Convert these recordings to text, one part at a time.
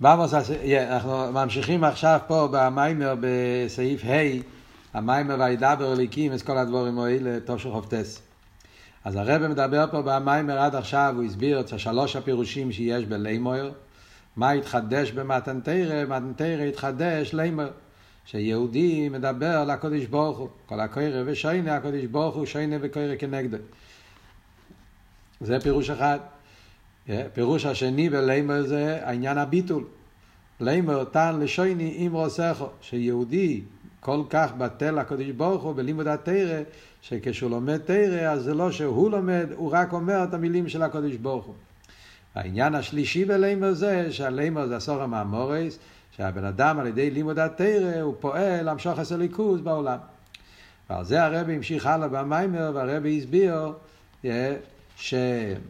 אנחנו ממשיכים עכשיו פה במיימר בסעיף ה' המיימר וידבר אליקים את כל הדברים האלה טוב של חופטס. אז הרב מדבר פה במיימר עד עכשיו, הוא הסביר את שלוש הפירושים שיש בלימויר. מה התחדש במתן תורה? מתן תורה התחדש לימויר, שיהודי מדבר לקדוש ברוך הוא, כל הקורא ושיינה הקדוש ברוך הוא שיינה וקורא כנגדו. זה פירוש אחד. פירוש השני בלימויר זה העניין הביטול. לימויר תן לשייני אמרו סכו, שיהודי כל כך בטל הקדוש ברוך הוא בלימוד התורה, שכשהוא לומד תורה אז זה לא שהוא לומד, הוא רק אומר את המילים של הקדוש ברוך הוא. העניין השלישי בלימוד זה שהלימוד זה עשור המאמורס, שהבן אדם על ידי לימוד התורה הוא פועל למשוך הסליקוס בעולם. ועל זה הרב המשיך הלאה במיימר, והרב הסביר שהוא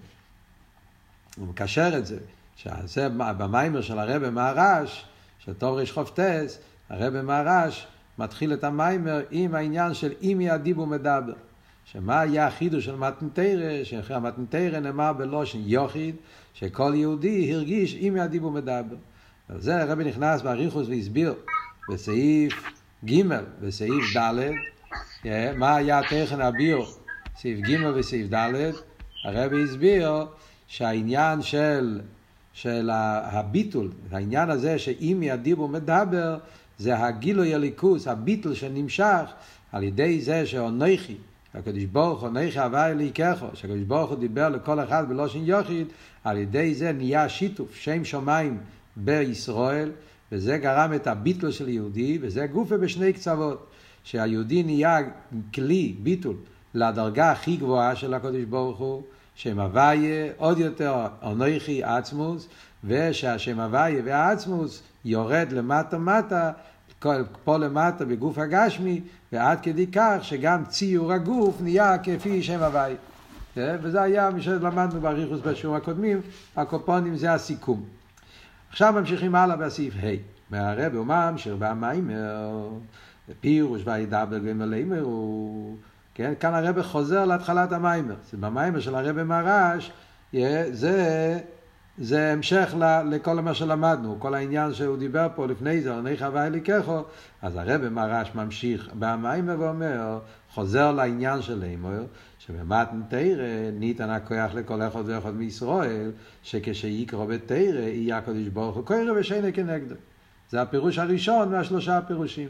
מקשר את זה, שזה במיימר של הרב מהר"ש, של תור ריש חופטס, הרב מהר"ש מתחיל את המיימר עם העניין של אם ידיבו מדבר. שמה היה החידוש של מתן תורה? שאחרי המתן תורה נאמר בלושן יוחיד, שכל יהודי הרגיש אם ידיבו מדבר. על זה הרב נכנס באריכוס והסביר בסעיף ג' וסעיף ד' מה היה תכן הביור סעיף ג' וסעיף ד'. הרב הסביר שהעניין של הביטול, העניין הזה שאם ידיבו מדבר, זה הגילוי הליכוס, הביטול שנמשך על ידי זה שאונכי, הקדוש ברוך הוא אונכי הווי אלוהיכך, שהקדוש ברוך הוא דיבר לכל אחד בלושן יחיד, על ידי זה נהיה שיתוף שם שמיים בישראל, וזה גרם את הביטול של יהודי, וזה גופה בשני קצוות, שהיהודי נהיה כלי ביטול לדרגה הכי גבוהה של הקדוש ברוך הוא, שם הוויה עוד יותר אנוכי עצמוס, ושהשם הוויה והעצמוס יורד למטה מטה, פה למטה בגוף הגשמי, ועד כדי כך שגם ציור הגוף נהיה כפי שם הוויה. וזה היה מי שלמדנו באריכוס בשיעורים הקודמים, הקופונים זה הסיכום. עכשיו ממשיכים הלאה בסעיף ה'. מהרב הוא ממשיך במיימר, פירוש וידבר גמלימר הוא... כן? כאן הרב חוזר להתחלת המיימר. במיימר של הרב מהר"ש, זה המשך לכל מה שלמדנו, כל העניין שהוא דיבר פה לפני זה, אונכי הווי אלוהיכך. אז הרב מהר"ש ממשיך במיימר ואומר, חוזר לעניין של לימויר, שבמתן תורה ניתן הכוח לכל אחד ואחד מישראל, שכשיקרא בתורה יהיה הקדוש ברוך הוא קורא ושיינה כנגדו. זה הפירוש הראשון מהשלושה הפירושים.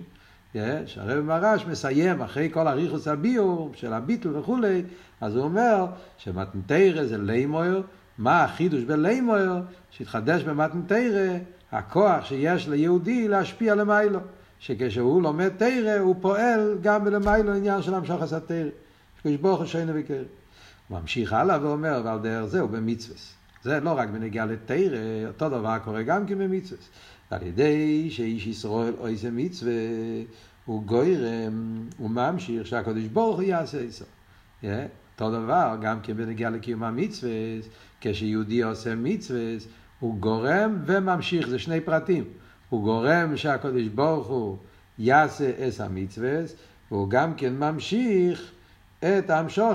הרב מהר"ש מסיים אחרי כל אריכוס הביור של הביטול וכולי, אז הוא אומר שמתן תורה זה לימויר. מה החידוש בלימויר? שהתחדש במתן תורה הכוח שיש ליהודי להשפיע למיילו, שכשהוא לומד תורה הוא פועל גם בלמיילו עניין של המשוך התורה, שקדוש ברוך הוא שיינה וקורא. הוא ממשיך הלאה ואומר, ועל דרך זה הוא במצוות. זה לא רק בנגיעה לתורה, אותו דבר קורה גם כן במצוות. על ידי שאיש ישראל עושה מצווה, הוא גוירם, הוא ממשיך שהקדוש ברוך הוא יעשה איסו. אותו דבר, גם כן בנגיעה לקיום המצווה, כשיהודי עושה מצווה, הוא גורם וממשיך, זה שני פרטים. הוא גורם שהקדוש ברוך הוא יעשה את המצווה, והוא גם כן ממשיך את המשוך,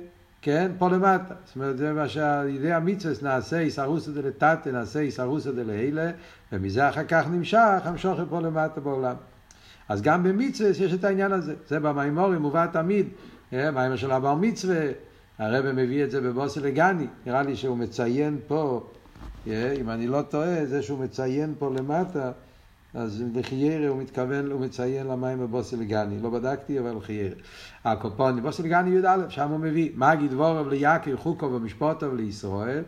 כן, פה למטה. זאת אומרת, זה מה שעל ידי המצווה נעשה איסרוסא דלתתא, נעשה איסרוסא דלעילא, ומזה אחר כך נמשך המשוך פה למטה בעולם. אז גם במצווה יש את העניין הזה. זה במיימורים מובא תמיד, מיימר של הבר מצווה, הרב מביא את זה בבוסי לגני, נראה לי שהוא מציין פה, אם אני לא טועה, זה שהוא מציין פה למטה, אז לחיירה הוא מתכוון, הוא מציין למים בבוסי לגני, לא בדקתי אבל לחיירה. הקופוני, בוסי לגני י"א, שם הוא מביא, מגיד דבורב ליעקב חוקו ומשפוטו לישראל,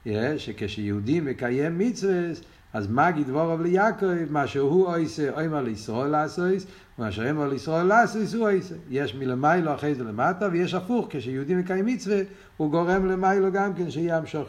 שכשיהודי מקיים מצווה, אז מגיד דבורב ליעקב, מה שהוא עושה, אומר לישראל לעשות, מה שאומר לישראל לעשות, הוא עושה. יש מלמיילו אחרי זה למטה, ויש הפוך, כשיהודי מקיים מצווה, הוא גורם למיילו גם כן שיהיה המשוכן.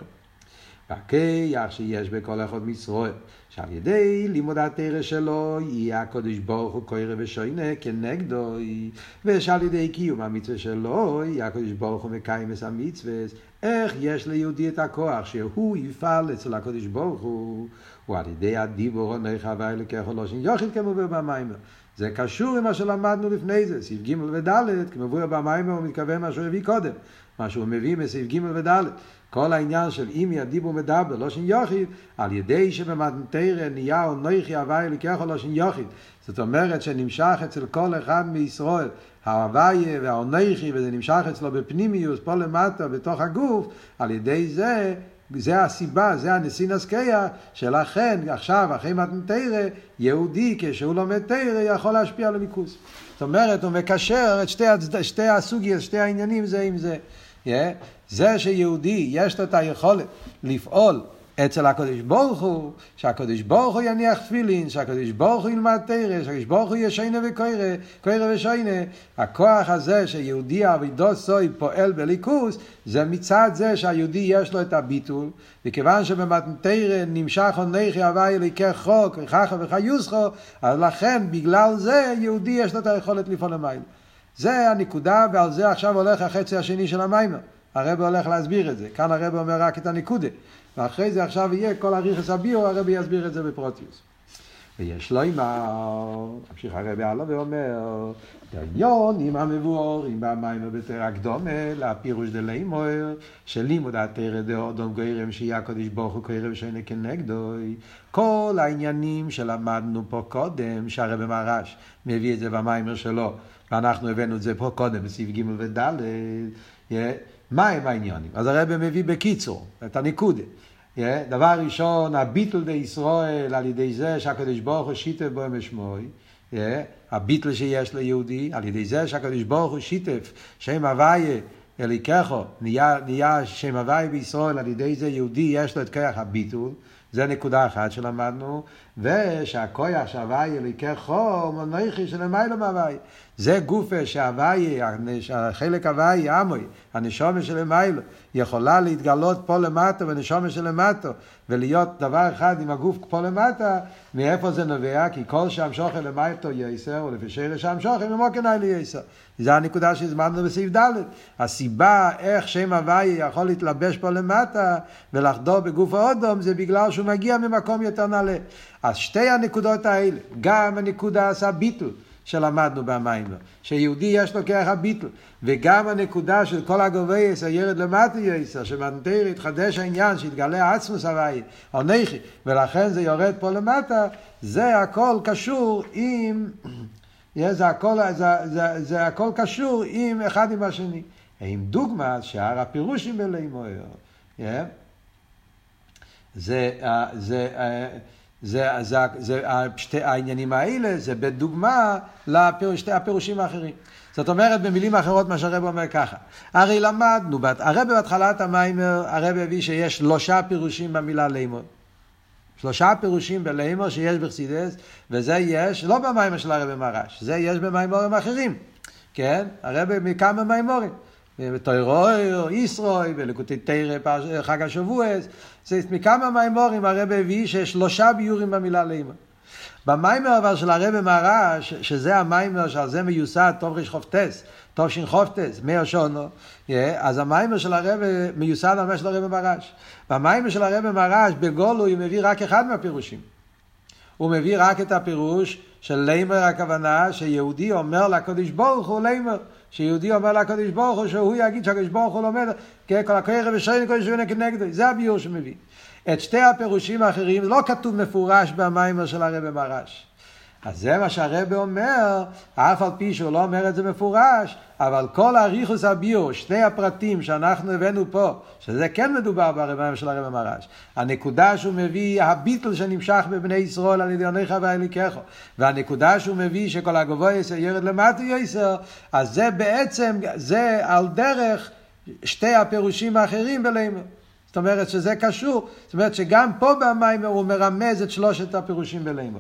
והכיח שיש בכל אחד מישראל, שעל ידי לימוד התורה שלו יהיה הקדוש ברוך הוא קורא ושיינה כנגדו, ושעל ידי קיום המצווה שלו יהיה הקדוש ברוך הוא מקיים את המצווה. איך יש ליהודי את הכוח שהוא יפעל אצל הקדוש ברוך הוא על ידי הדיבור אונכי הווי אלוהיכך לושן יחיד כמובן במיימר. זה קשור עם מה שלמדנו לפני זה, סעיף ג' וד', כמובן במיימר הוא מתכוון מה שהוא הביא קודם, מה שהוא מביא מסעיף ג' וד'. כל העניין של אם ידיבו מדבר, לא שין יחיד, על ידי שבמתנתרא נהיה אנוכי הווי אלוקיך לא שין יחיד. זאת אומרת שנמשך אצל כל אחד מישראל, ההווי והאנוכי, וזה נמשך אצלו בפנימיוס, פה למטה, בתוך הגוף, על ידי זה, זה הסיבה, זה הנסינס קיה, שלכן עכשיו, אחרי מתנתרא, יהודי כשהוא לומד תרא יכול להשפיע על הליכוז. זאת אומרת, הוא מקשר את שתי הסוגיות, שתי העניינים זה עם זה. זה שיהודי יש לו את היכולת לפעול אצל הקדוש ברוך הוא, שהקדוש ברוך הוא יניח תפילין, שהקדוש ברוך הוא ילמד תרא, שהקדוש ברוך הוא ישיינה וקורא ושיינה, הכוח הזה שיהודי עבודו סוי פועל בליכוס, זה מצד זה שהיהודי יש לו את הביטול, וכיוון שבמתנתרא נמשך אנוכי הווי אלוקיך חוק וככה וחיוסכו, אז לכן בגלל זה יהודי יש לו את היכולת לפעול למעלה. זה הנקודה, ועל זה עכשיו הולך החצי השני של המיימר. הרב הולך להסביר את זה. כאן הרב אומר רק את הנקודה. ואחרי זה עכשיו יהיה כל הריחס הביור, הרב יסביר את זה בפרוטיוס. ויש לו אימא, המשיך הרב הלאה ואומר, דעניונים המבוארים במיימר בתורה הקדומה, לפירוש דלימור, שלימוד התורה דאודום גוירם שיהיה הקדוש ברוך הוא קורא ושיינה כנגדו. כל העניינים שלמדנו פה קודם, שהרב מרש מביא את זה במיימר שלו, ואנחנו הבאנו את זה פה קודם, בסעיף ג' וד', מה הם העניינים? אז הרב מביא בקיצור את הנקודה. דבר ראשון, הביטול דישראל על ידי זה שהקדוש ברוך הוא שיתף בו משמוי, הביטול שיש ליהודי, על ידי זה שהקדוש ברוך הוא שיתף שם הוויה אלוקיך, נהיה שם הוויה בישראל, על ידי זה יהודי יש לו את כוח הביטול, זה נקודה אחת שלמדנו, ושהכוח שהוויה אלוקיך הוא אנוכי שלמעלה מהוויה. זה גופה שהוויה, החלק הוויה, עמוי, הנשמה שלמעלה, יכולה להתגלות פה למטה בנשמה שלמטה, ולהיות דבר אחד עם הגוף פה למטה. מאיפה זה נובע? כי כל שם שוכר למטה יסר, ולפי שרש שם שוכר ממוקן אלי יסר. זה הנקודה שהזמנו בסעיף ד'. הסיבה איך שם הוויה יכול להתלבש פה למטה ולחדור בגוף האודום, זה בגלל שהוא מגיע ממקום יותר נעלה. אז שתי הנקודות האלה, גם הנקודה עשה ביטול, שלמדנו במיימר, שיהודי יש לו כרך הביטל, וגם הנקודה של כל הגובייס, הירד למטה יסר, שמתנתרא התחדש העניין, שהתגלה עצמוס הווי, אנוכי, ולכן זה יורד פה למטה, זה הכל קשור עם, זה הכל קשור עם אחד עם השני. עם דוגמה, שאר הפירושים בלימור, שתי העניינים האלה, זה בדוגמה לשתי הפירושים האחרים. זאת אומרת, במילים אחרות, מה שהרב אומר ככה. הרי למדנו, הרב בהתחלת המיימר, הרב הביא שיש 3 פירושים במילה לימור. 3 פירושים בלימור שיש בחסידות, וזה יש, לא במיימר של הרב מרש, זה יש במיימורים אחרים. כן? הרב מכמה מיימורים. בתוירו, ישראל, בליקוטי תרא, חג השבועס, זה מכמה מיימורים הרב הביא שיש 3 ביורים במילה לימור. במיימר אבל של הרב מרש, שזה המיימר שעל זה מיוסד טוב ריש חופטס, טוב שין חופטס, 100 שונו, אז המיימר של הרב מיוסד על מה של הרב מרש. במיימר של הרב מרש בגולו הוא מביא רק אחד מהפירושים. הוא מביא רק את הפירוש של לימר, הכוונה שיהודי אומר לקדוש ברוך הוא לימר, שיהודי אומר לקדוש ברוך הוא שהוא יגיד שהקדוש ברוך הוא לומד כל הקורא ושיינה קודש ושיינה כנגדו. זה הביור שמביא. את שתי הפירושים האחרים לא כתוב מפורש במיימר של הרב מרש. אז זה מה שהרב אומר, אף על פי שהוא לא אומר את זה מפורש, אבל כל הריחוס הביור, שני הפרטים שאנחנו הבאנו פה, שזה כן מדובר במיימר של הרב מרש, הנקודה שהוא מביא, הביטל שנמשך בבני ישראל על ידי אנוכי הווי אלוקיך, והנקודה שהוא מביא שכל הגבוה ירד למטה יסר, אז זה בעצם, זה על דרך שתי הפירושים האחרים בלימור. זאת אומרת שזה קשור, זאת אומרת שגם פה במיימר הוא מרמז את 3 הפירושים בלימור.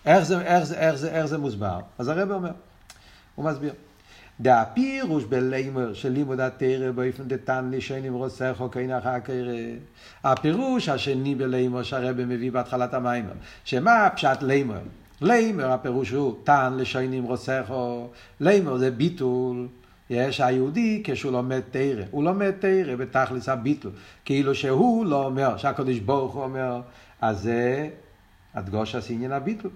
איך זה מוסבר? אז הרב אומר, הוא מסביר. הפירוש בלימור של לימוד התורה באופן דתן לשיינים רוסך או כן אחר כך. הפירוש השני בלימור שהרב מביא בהתחלת המיימר. שמה פשט לימור? לימור הפירוש הוא תן לשיינים רוסך או לימור זה ביטול. יש היהודי כשהוא לומד תורה, הוא לומד תורה בתכלס הביטול, כאילו שהוא לא אומר, שהקדוש ברוך הוא אומר, אז זה הדגוש עניין הביטול.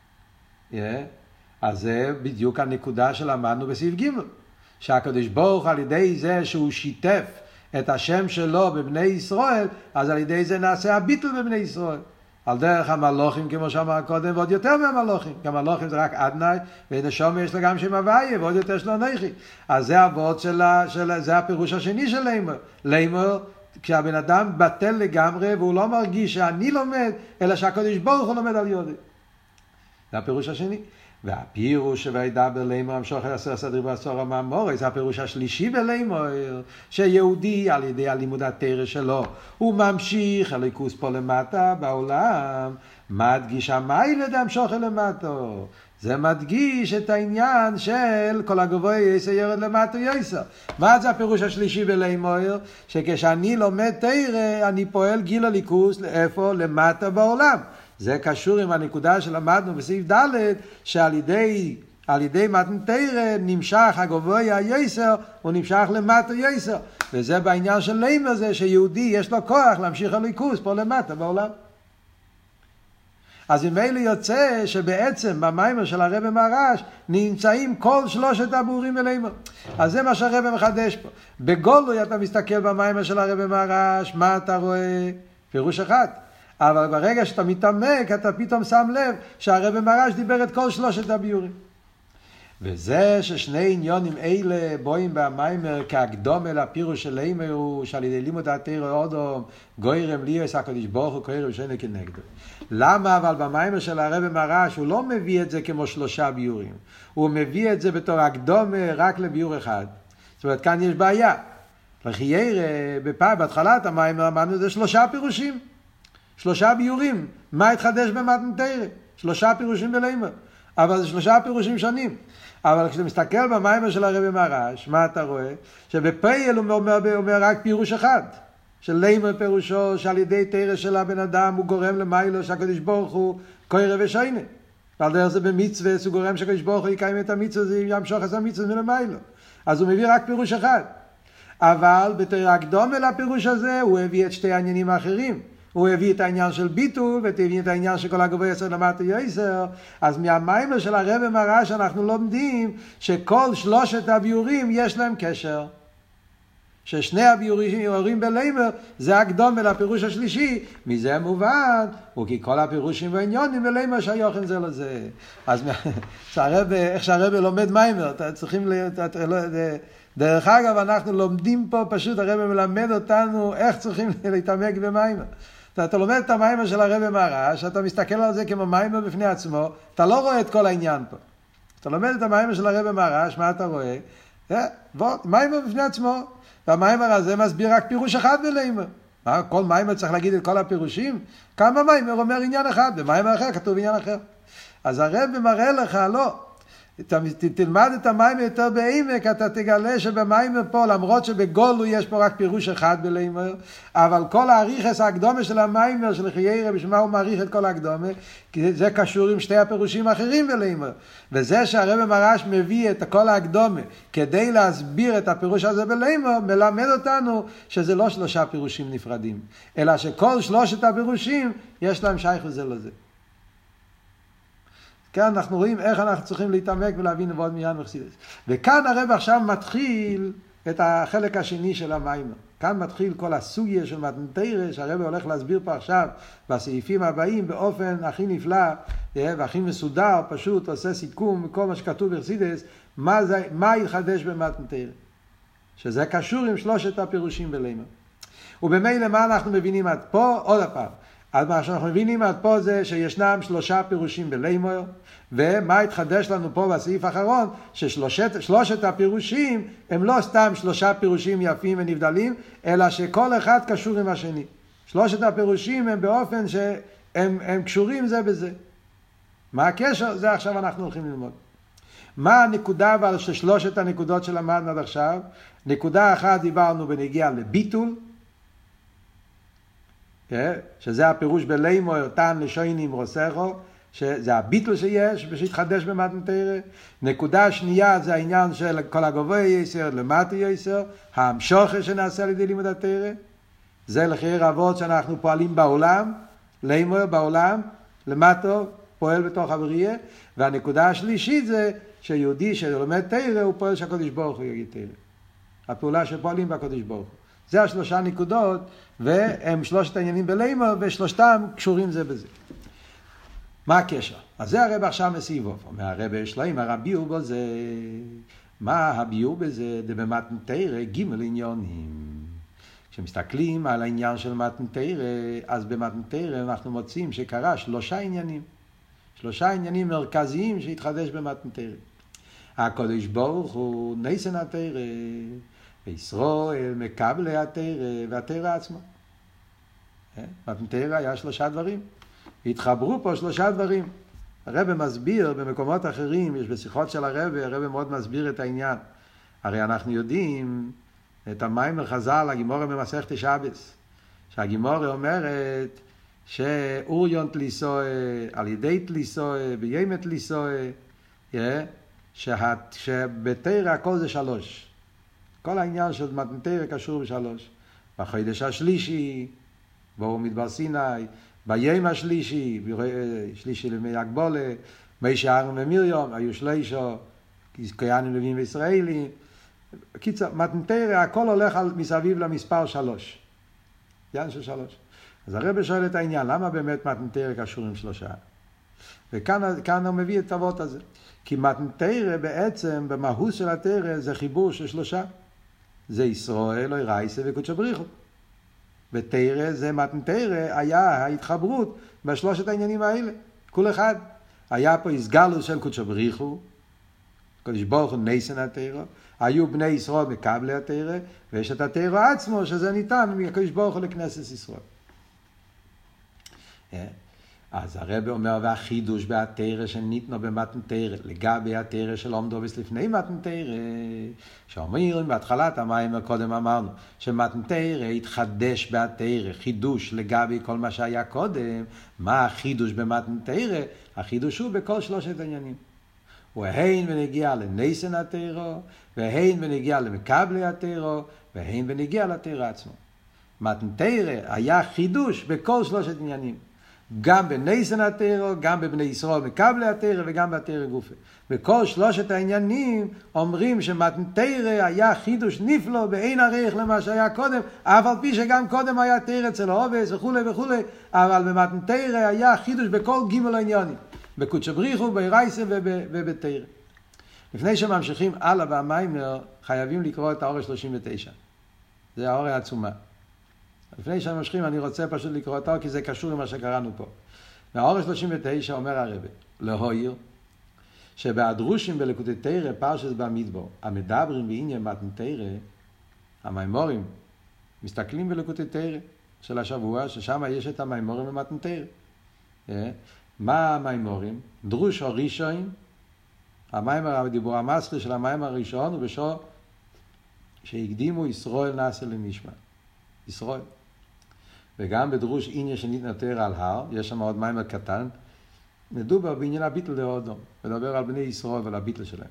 אז זה בדיוק הנקודה שלמדנו בסעיף ג', שהקדוש ברוך על ידי זה שהוא שיתף את השם שלו בבני ישראל, אז על ידי זה נעשה הביטול בבני ישראל. על דרך המלוכים, כמו שאמר קודם, ועוד יותר מהמלוכים. כי המלוכים זה רק אדני, ונשום יש לו גם שם הוויה, ועוד יותר שלו נכי. אז זה הוורד זה הפירוש השני של לימור. לימור, כשהבן אדם בטל לגמרי, והוא לא מרגיש שאני לומד, אלא שהקדוש ברוך הוא לומד על יודי. זה הפירוש השני. והפירוש שוידבר לימור המשוך אל 10 סדרי בעשור המאמורי, זה הפירוש השלישי בלימור, שיהודי על ידי הלימוד התורה שלו, הוא ממשיך הליכוס פה למטה בעולם, מדגיש המיילה דהמשוך אל למטו. זה מדגיש את העניין של כל הגבוה יסר ירד למטו יסר. מה זה הפירוש השלישי בלימור? שכשאני לומד תורה, אני פועל גיל הליכוס לאיפה? למטה בעולם. זה קשור עם הנקודה שלמדנו בסעיף ד' שעל ידי מתן תורה נמשך הגבוה היסר, הוא נמשך למטה יסר. וזה בעניין של לימור, זה שיהודי יש לו כוח להמשיך הליכוס פה למטה בעולם. אז ממילא יוצא שבעצם במיימר של הרב מהר"ש נמצאים כל שלושת הברורים בלימור. אז זה מה שהרב מחדש פה. בגולוי אתה מסתכל במיימר של הרב מהר"ש, מה אתה רואה? פירוש אחד. אבל ברגע שאתה מתעמק, אתה פתאום שם לב שהרב מהר"ש דיבר את כל שלושת הביורים. וזה ששני עניונים אלה בואים במיימר כהקדומה לפירוש של לימור הוא שעל ידי לימוד התורה אודום גוירם ליאס הקדוש ברוך הוא קורא ראשון כנגדו. למה אבל במיימר של הרב מהר"ש הוא לא מביא את זה כמו שלושה ביורים, הוא מביא את זה בתור הקדומה רק לביור אחד. זאת אומרת כאן יש בעיה. לחייר בהתחלת המיימר אמרנו זה שלושה פירושים, שלושה ביורים. מה התחדש במתן תורה? שלושה פירושים בלימור, אבל זה שלושה פירושים שונים. אבל כשאתה מסתכל במיימר של הרב מהר"ש, מה אתה רואה? שבפייל הוא אומר רק פירוש אחד. של לימור פירושו שעל ידי תורה של הבן אדם הוא גורם למיילו שהקדוש ברוך הוא קורא ושיינה. ועל דרך זה במצווה הוא גורם שהקדוש ברוך הוא יקיים את המצווה, זה ימשוך את המצווה מלמיילו. אז הוא מביא רק פירוש אחד. אבל בתורה הקדומה לפירוש הזה הוא הביא את שתי העניינים האחרים. הוא הביא את העניין של ביטול, והביא את העניין של כל הגבוה יסר למטה יסר. אז מהמיימר של הרב מהר"ש אנחנו לומדים שכל שלושת הביורים יש להם קשר. ששני הביורים בלימור זה הקדומה לפירוש השלישי. מזה מובן, וכי כל הפירושים והעניונים בלימור שייכים זה לזה. אז איך שהרב לומד מיימר, צריכים דרך אגב אנחנו לומדים פה פשוט, הרב מלמד אותנו איך צריכים להתעמק במיימר. אתה לומד את המיימר של הרב מהר"ש, אתה מסתכל על זה כמו מיימר בפני עצמו, אתה לא רואה את כל העניין פה. אתה לומד את המיימר של הרב מהר"ש, מה אתה רואה? מיימר בפני עצמו. והמיימר הזה מסביר רק פירוש אחד בלימור. כל מיימר צריך להגיד את כל הפירושים? כמה מיימר אומר עניין אחד, במיימר אחר כתוב עניין אחר. אז הרב מראה לך, לא. תלמד את המיימר יותר בעמק, אתה תגלה שבמיימר פה, למרות שבגולו יש פה רק פירוש אחד בלימור, אבל כל האריכס ההקדומה של המיימר של חיירה, בשביל הוא מעריך את כל ההקדומה, כי זה קשור עם שתי הפירושים האחרים בלימור. וזה שהרב מהר"ש מביא את כל ההקדומה כדי להסביר את הפירוש הזה בלימור, מלמד אותנו שזה לא שלושה פירושים נפרדים, אלא שכל שלושת הפירושים יש להם שייך זה לזה. כאן אנחנו רואים איך אנחנו צריכים להתעמק ולהבין עוד מעניין בחסידות. וכאן הרב עכשיו מתחיל את החלק השני של המיימר. כאן מתחיל כל הסוגיה של מתן תורה שהרב הולך להסביר פה עכשיו בסעיפים הבאים באופן הכי נפלא והכי מסודר, פשוט עושה סיכום מכל מה שכתוב בחסידות, מה יחדש במתן תורה. שזה קשור עם שלושת הפירושים בלימור. ובמילא מה אנחנו מבינים עד פה? עוד הפעם. אז מה שאנחנו מבינים עד פה זה שישנם שלושה פירושים בלימור, ומה התחדש לנו פה בסעיף האחרון, ששלושת הפירושים הם לא סתם שלושה פירושים יפים ונבדלים, אלא שכל אחד קשור עם השני. שלושת הפירושים הם באופן שהם קשורים זה בזה. מה הקשר? זה עכשיו אנחנו הולכים ללמוד. מה הנקודה אבל ששלושת הנקודות שלמדנו עד עכשיו? נקודה אחת דיברנו בנגיעה לביטול, שזה הפירוש בלימור תן לשוינים רוסכו, שזה הביטול שיש ושהתחדש במתן תורה. נקודה שנייה זה העניין של כל הגבוה יסר למטה יסר, ההמשכה שנעשה על ידי לימוד התורה. זה לחייר אבות שאנחנו פועלים בעולם, לימור בעולם, למטה פועל בתוך הבריאה. והנקודה השלישית זה שיהודי שלומד תורה הוא פועל שהקדוש ברוך הוא יגיד תורה. הפעולה שפועלים בקדוש ברוך הוא. זה השלושה נקודות, והם שלושת העניינים בלימור, ושלושתם קשורים זה בזה. מה הקשר? אז זה הרב עכשיו מסיבוב. אומר הרב שלהם, הביאו בו זה, מה הביאו בזה? זה במתן תורה ג' עניונים. כשמסתכלים על העניין של מתן תורה, אז במתן תורה אנחנו מוצאים שקרה שלושה עניינים מרכזיים שהתחדש במתן תורה. הקדוש ברוך הוא ניסן התורה, וישראל מקבלי התורה והתורה עצמה. מתן תורה היה שלושה דברים. התחברו פה שלושה דברים. הרב מסביר במקומות אחרים, יש בשיחות של הרב מאוד מסביר את העניין. הרי אנחנו יודעים את המיימר חז"ל, הגימורה במסכת שבס, שהגימורה אומרת שאוריון תליסוי, על ידי תליסוי, ביימת תליסוי, שבתורה הכל זה שלוש. כל העניין של מתן תורה קשור בשלוש. בחודש השלישי, בואו מדבר סיני, ביום השלישי, שלישי לימי הגבולה, משה אהרון ומרים, היו שלישו, כהנים לוויים וישראלים. קיצר, מתן תורה, הכל הולך מסביב למספר 3. עניין של 3. אז הרב שואל את העניין, למה באמת מתן תורה קשור עם 3? וכאן הוא מביא את האבות הזה. כי מתן תורה בעצם, במהות של התורה, זה חיבור של 3. זה ישראל, אלוהי רייסה וקודשא בריך הוא. בתורה זה מתן תורה, היה ההתחברות בשלושת העניינים האלה. כל אחד. היה פה הסגלוס של קודשא בריך הוא, קודש ברוך הוא ניסן התורה, היו בני ישראל מקבלי התורה, ויש את התורה עצמו שזה ניתן מקודש ברוך הוא לכנסת ישראל. אז הרב אומר, והחידוש בהתורה שניתנו במתן תורה, לגבי התורה של עומדו לפני מתן תורה, שאומרים בהתחלת המיימר קודם אמרנו, שמתן תורה התחדש בהתורה, חידוש לגבי כל מה שהיה קודם. מה החידוש במתן תורה? החידוש הוא בכל שלושת העניינים. והן ונגיע לניסן התורה, והן ונגיע למקבלי התורה, והן ונגיע לתורה עצמו. מתן תורה היה חידוש בכל שלושת עניינים. גם בניסן התורה, גם בבני ישראל מקבלי התורה, וגם בתורה גופה. בכל שלושת העניינים אומרים שמתן תורה היה חידוש נפלא באין ערך למה שהיה קודם, אף על פי שגם קודם היה תורה אצל העובס וכו' וכו', אבל במתן תורה היה חידוש בכל ג' העניינים. בקודשא בריך הוא, ברייסה ובתורה. לפני שממשיכים הלאה במיימר, חייבים לקרוא את האור 39. זה האור העצומה. לפני שממשיכים אני רוצה פשוט לקרוא אותו, כי זה קשור עם מה שקראנו פה. מהאור 39 אומר הרבי, להויר, שבהדרושים בליקוטי תורה, פרשת במדבר, המדברים בעניין מתן תורה, המיימורים, מסתכלים בליקוטי תורה של השבוע, ששם יש את המיימורים במתן תורה. מה המיימורים? דרוש הראשון, המיימר, הדיבור המסחי של המיימר הראשון, הוא בשור שהקדימו ישראל נעשה לנשמע. ישראל. וגם בדרוש עניין שניתנה תורה על הר, יש שם עוד מיימר קטן, מדובר בעניין הביטל להודום, מדבר על בני ישראל ועל הביטל שלהם.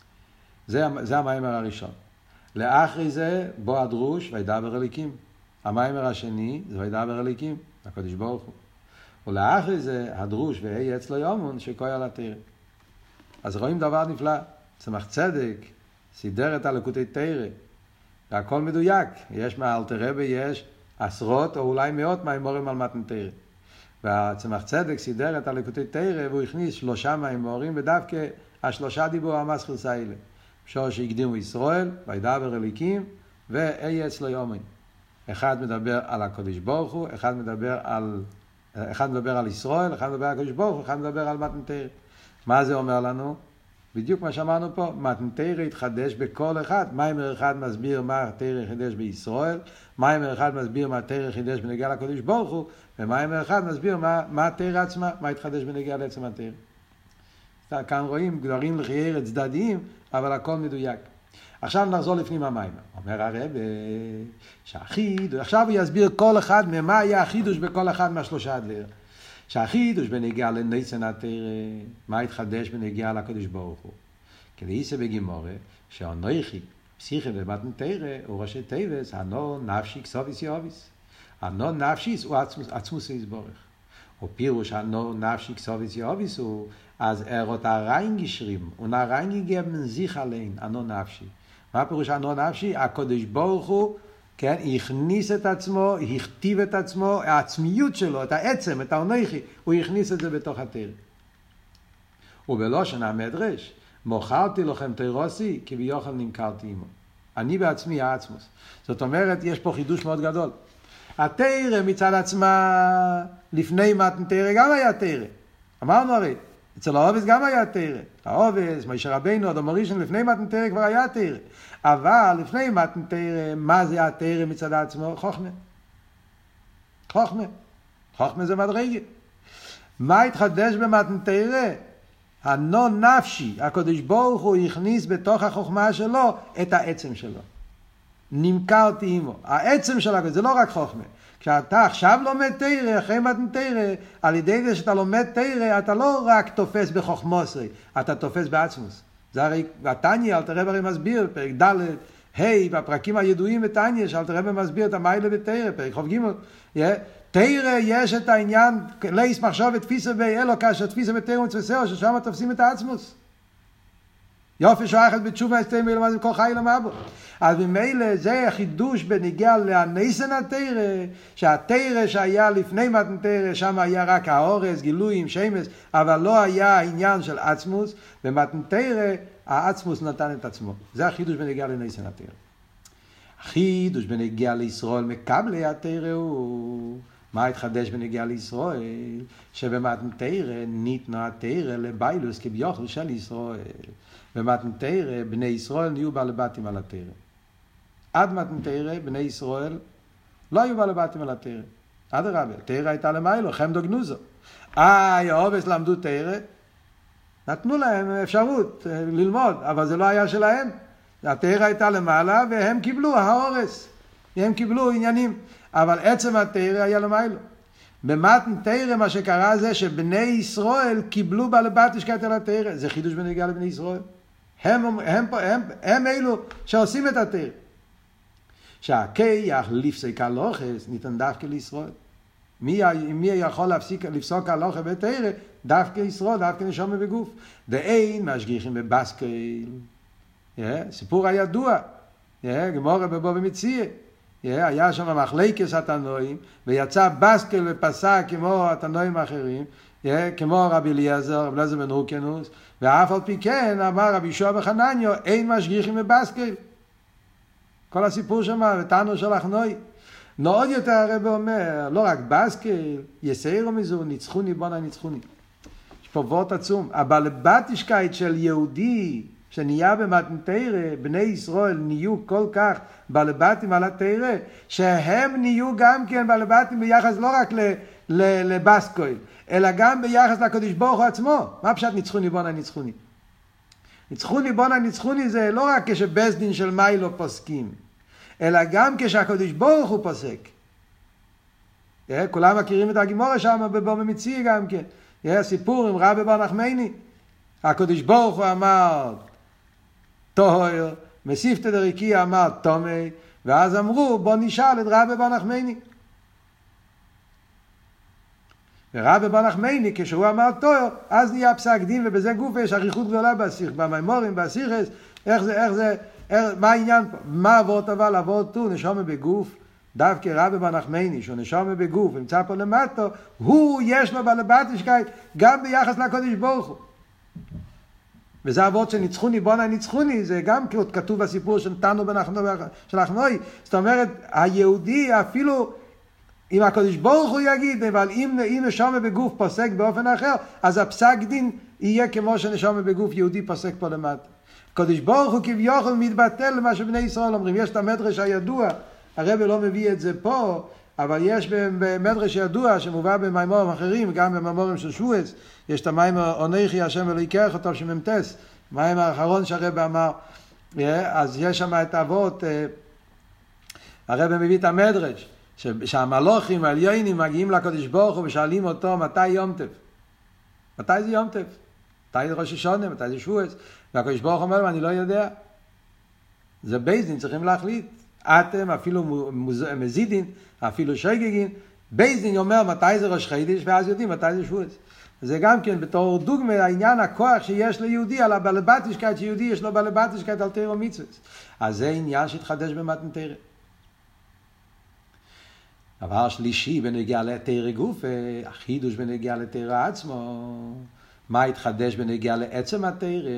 זה המיימר הראשון. לאחרי זה בוא הדרוש וידבר אליקים. המיימר השני זה וידבר אליקים, הקדוש ברוך הוא. ולאחרי זה הדרוש ואהיה אצלו יומון שקוי על התורה. אז רואים דבר נפלא, צמח צדק, סידר את הליקוטי תורה, והכל מדויק. יש מהאלטר רבי, יש עשרות או אולי מאות מיימורים על מתן תורה. והצמח צדק סידר את הליקוטי תורה, והוא הכניס 3 מיימורים, ודווקא 3 דיבור המסחר סיילה. שור שהקדימו ישראל, וידבר אליקים, ואהיה אצלו יומין. אחד מדבר על הקדוש ברוך הוא, אחד מדבר על ישראל, אחד מדבר על הקדוש ברוך הוא, אחד מדבר על מתן תורה. מה זה אומר לנו? בדיוק מה שאמרנו פה, מתן תורה התחדש בכל אחד. מיימר אחד מסביר מה תורה חידש בישראל, מיימר אחד מסביר מה תורה חידש בנגיעה לקדוש ברוך הוא, ומיימר אחד מסביר מה תורה עצמה, מה התחדש בנגיעה לעצם התורה. כאן רואים דברים לחייר צדדיים, אבל הכל מדויק. עכשיו נחזור לפנים המיימר. אומר הרב שהחידוש, עכשיו הוא יסביר כל אחד ממה היה החידוש בכל אחד מהשלושה הדברים. שהחידוש בנגיעה לניסן התורה, מה התחדש בנגיעה לקדוש ברוך הוא. כדאיסה בגימורה, שאנוכי פסיכי במתן תורה הוא ראשי תיבס, הנו נפשי כסוביס יוביס. הנו נפשיס הוא עצמוס יסבורך. או פירוש הנו נפשי כסוביס יוביס הוא, אז ארות הרeingeschrieben und reingegeben sich allein, הנו נפשי. מה פירוש הנו נפשי? הקדוש ברוך הוא כן? הכניס את עצמו, הכתיב את עצמו, העצמיות שלו, את העצם, את האנוכי, הוא הכניס את זה בתוך התורה. ובלושן המדרש, מוכרתי לכם תירוסי, כביכול נמכרתי עמו. אני בעצמי העצמוס. זאת אומרת, יש פה חידוש מאוד גדול. התורה מצד עצמה, לפני מתן תורה גם היה תורה. אמרנו הרי, אצל העובס גם היה תורה. העובס, משה רבינו, אדום הראשון, לפני מתן תורה כבר היה תורה. אבל לפני מתן תורה, מה זה התורה מצד עצמו? חוכמה. חוכמה. חוכמה זה מדרגה. מה התחדש במתן תורה? הנון נפשי, הקדוש ברוך הוא הכניס בתוך החוכמה שלו את העצם שלו. נמכרתי עמו. העצם של הקדוש, זה לא רק חוכמה. כשאתה עכשיו לומד תורה, אחרי מתן תורה, על ידי זה שאתה לומד תורה, אתה לא רק תופס בחוכמוסי, אתה תופס בעצמוס. זה הרי, התניא, אלתר רבי הרי מסביר, פרק ד' ה' בפרקים הידועים בתניא, שאלתר רבי מסביר את המיילה בתורה, פרק חוב ג' תורה יש את העניין, לייס מחשוב ותפיסה באלוקה, שתפיסה בתורה ומצווסר, ששם תופסים את העצמוס. יופי שואחת בתשובה אסתים מלמד וכל חי למבו. אז ממילא זה החידוש בניגיע להניסן התורה, שהתורה שהיה לפני מתן תורה, שם היה רק האורס, גילויים, שמש, אבל לא היה העניין של עצמוס, במתן תורה העצמוס נתן את עצמו. זה החידוש בניגיע להניסן התורה. החידוש בניגיע לישראל מקבלי התורה הוא... מה התחדש בנגיעה לישראל? שבמתן תורה ניתנה התורה לביילוס כביכול של ישראל. במתן תורה בני ישראל נהיו בעלי בתים על התורה. עד מתן תורה בני ישראל לא היו בעלי בתים על התורה. אדרבה, תורה הייתה למיילו, חמדו גנוזו. העובס למדו תורה, נתנו להם אפשרות ללמוד, אבל זה לא היה שלהם. התורה הייתה למעלה והם קיבלו האורס. הם קיבלו עניינים. אבל עצם התורה היה למיילו. במתן תורה מה שקרה זה שבני ישראל קיבלו בעל בתישקייט על התורה. זה חידוש בנגיעה לבני ישראל. הם אלו שעושים את התורה. שהכיח לפסק הלוחס ניתן דווקא לישראל. מי יכול לפסוק הלוחה בתורה? דווקא ישראל, דווקא נשמה בגוף. ואין משגיחים בבסקל. סיפור הידוע. גמורה בבוא במציאה. היה שם מחלקת התנועים, ויצא בסקל ופסק כמו התנועים האחרים, כמו רבי אליעזר, רבי אליעזר בן הורקנוס, ואף על פי כן אמר רבי יהושע וחנניה, אין משגיחים בבסקל. כל הסיפור שם, ותנו של החנוי. עוד יותר הרב אומר, לא רק בסקל, יסיירו מזו, ניצחוני בונה ניצחוני. יש פה וורט עצום. הבעל בתישקייט של יהודי, שנהיה במתן תורה, בני ישראל נהיו כל כך בעלי בתים על התורה, שהם נהיו גם כן בעלי בתים ביחס לא רק לבסקויל, אלא גם ביחס לקדוש ברוך הוא עצמו. מה פשט ניצחוני בונה ניצחוני? ניצחוני בונה ניצחוני זה לא רק כשבית דין של מיילו פוסקים, אלא גם כשהקדוש ברוך הוא פוסק. כולם מכירים את הגימורה שם בבוא במציאה גם כן. סיפור עם רבי בר נחמני. הקדוש ברוך הוא אמר טוהר, מסיפתא דרקיע אמר תומי, ואז אמרו בוא נשאל את רבי בר נחמני. ורבי בר נחמני כשהוא אמר טוהר, אז נהיה פסק דין, ובזה גוף יש אריכות גדולה במימורים, בסיכס, איך זה, מה העניין פה? מה עבוד אבל? עבוד תו, נשמה בגוף, דווקא רבי בר נחמני, שהוא נשמה בגוף, נמצא פה למטו, הוא יש לו בעל בתישקייט, גם ביחס לקדוש ברוך הוא. וזה אבות שניצחוני בונה ניצחוני, זה גם כתוב בסיפור שנתנו של החנוי. זאת אומרת, היהודי אפילו, אם הקדוש ברוך הוא יגיד, אבל אם נשמה בגוף פוסק באופן אחר, אז הפסק דין יהיה כמו שנשמה בגוף יהודי פוסק פה למטה. הקדוש ברוך הוא כביכול מתבטל למה שבני ישראל אומרים. יש את המדרש הידוע, הרב לא מביא את זה פה, אבל יש במדרש ידוע שמובא במימורים אחרים, גם במימורים של שבועס, יש את המימור אנוכי השם אלוהיכך אותו שממתס, המימור האחרון שהרב אמר, אז יש שם את אבות, הרב מביא את המדרש, שהמלוכים העליונים מגיעים לקדוש ברוך הוא ושואלים אותו מתי יום טוב. מתי זה יום טוב? מתי זה ראש השונה? מתי זה שבועס? והקדוש ברוך הוא אומר, אני לא יודע. זה בית דין, צריכים להחליט. אתם אפילו מזידין, אפילו שגגין, בית דין אומר מתי זה ראש חידש, ואז יודעים מתי זה שבועס. זה גם כן בתור דוגמה העניין הכוח שיש ליהודי על הבעל בתישקייט, שיהודי יש לו בעל בתישקייט על תורה ומצוות. אז זה עניין שהתחדש במתן תורה. דבר שלישי בנגיע לתורה גופה, החידוש בנגיע לתורה עצמו. מה התחדש בנגיע לעצם התורה?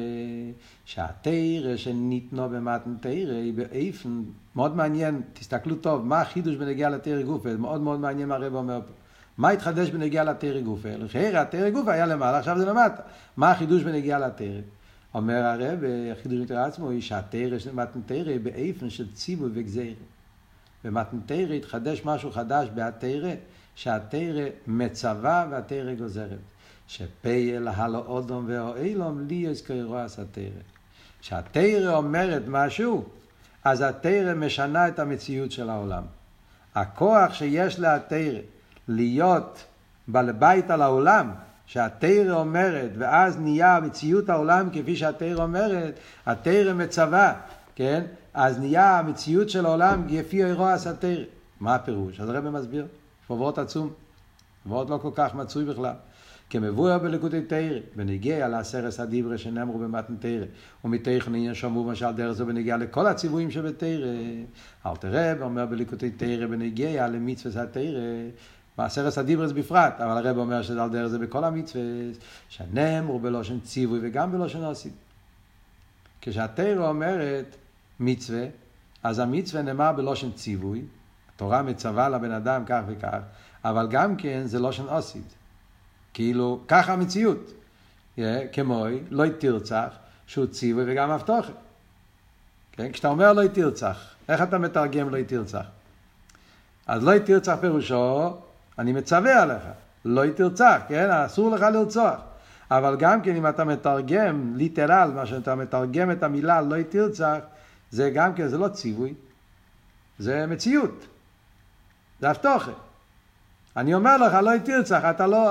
שהתורה שניתנו במתן תורה היא באופן מאוד מעניין, תסתכלו טוב, מה החידוש בנגיע לתורה גופה? זה מאוד מאוד מעניין מה הרב אומר פה. מה התחדש בנגיע לתורה גופה? לכן התורה גופה היה למעלה, עכשיו זה למטה. מה החידוש בנגיע לתורה? אומר הרב, החידוש בתורה עצמו היא שהתורה של מתן תורה באופן של ציווי וגזירה. במתן תורה התחדש משהו חדש בתורה, שהתורה מצווה והתורה גוזרת. שפייל הלא אדום ואילום לי יזכרו הסתרה. כשהתורה אומרת משהו, אז התורה משנה את המציאות של העולם. הכוח שיש לתורה להיות בעל בית על העולם, שהתורה אומרת, ואז נהיה מציאות העולם כפי שהתורה אומרת, התורה מצווה, כן? אז נהיה המציאות של העולם כפי אירוע הסתרה. מה הפירוש? אז הרב מסביר, יש פה וורט עצום, וורט לא כל כך מצוי בכלל. כמבואר בליקוטי תורה, בנגיע לעשרת הדיברות שנאמרו במתן תורה, ומתוך עניין שמעו משל דרך זו בנגיע לכל הציוויים שבתורה. אלתר רב אומר בליקוטי תורה בנגיע למצוות התורה, בעשרת הדיברות בפרט, אבל הרב אומר שזה על דרך זה בכל המצוות, שנאמרו בלושן ציווי וגם בלושן עשית. כשהתורה אומרת מצווה, אז המצווה נאמר בלושן ציווי, התורה מצווה לבן אדם כך וכך, אבל גם כן זה לושן עשית. כאילו, ככה המציאות. כמו, לא תרצח, שהוא ציווי וגם הבטחה. כן? כשאתה אומר לא תרצח, איך אתה מתרגם לא תרצח? אז לא תרצח פירושו, אני מצווה עליך. לא תרצח, כן? אסור לך לרצוח. אבל גם כן אם אתה מתרגם, ליטרל, מה שאתה מתרגם את המילה לא תרצח, זה גם כן, זה לא ציווי. זה מציאות. זה הבטחה. אני אומר לך, לא תרצח,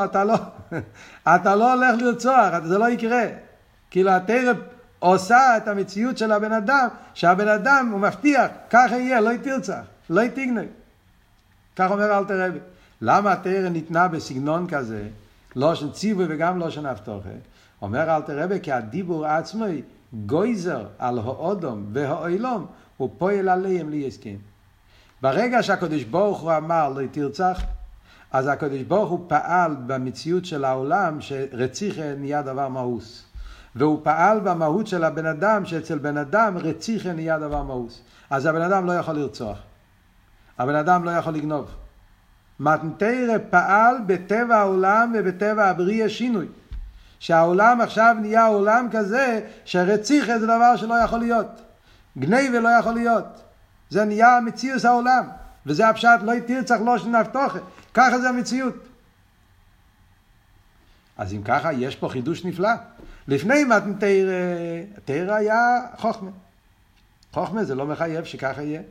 אתה לא הולך לרצוח, זה לא יקרה. כאילו התורה עושה את המציאות של הבן אדם, שהבן אדם הוא מבטיח, ככה יהיה, לא תרצח, לא תגנוב. כך אומר אלתר רבי. למה התורה ניתנה בסגנון כזה, לא של ציווי וגם לא של הבטחה? אומר אלתר רבי, כי הדיבור עצמו גויזר על האדם והעולם, הוא פועל עליהם להסכים. ברגע שהקדוש ברוך הוא אמר לא תרצח, אז הקדוש ברוך הוא פעל במציאות של העולם שרציחה נהיה דבר מאוס. והוא פעל במהות של הבן אדם, שאצל בן אדם רציחה נהיה דבר מאוס. אז הבן אדם לא יכול לרצוח. הבן אדם לא יכול לגנוב. מתן תורה פעל בטבע העולם ובטבע הבריאה שינוי. שהעולם עכשיו נהיה עולם כזה שרציחה זה דבר שלא יכול להיות. גניבה לא יכול להיות. זה נהיה מציאות העולם. וזה הפשט לא תרצח לא שנבטחה. ככה זה המציאות. אז אם ככה יש פה חידוש נפלא. לפני מתן תורה היה חוכמה. חוכמה זה לא מחייב שככה יהיה.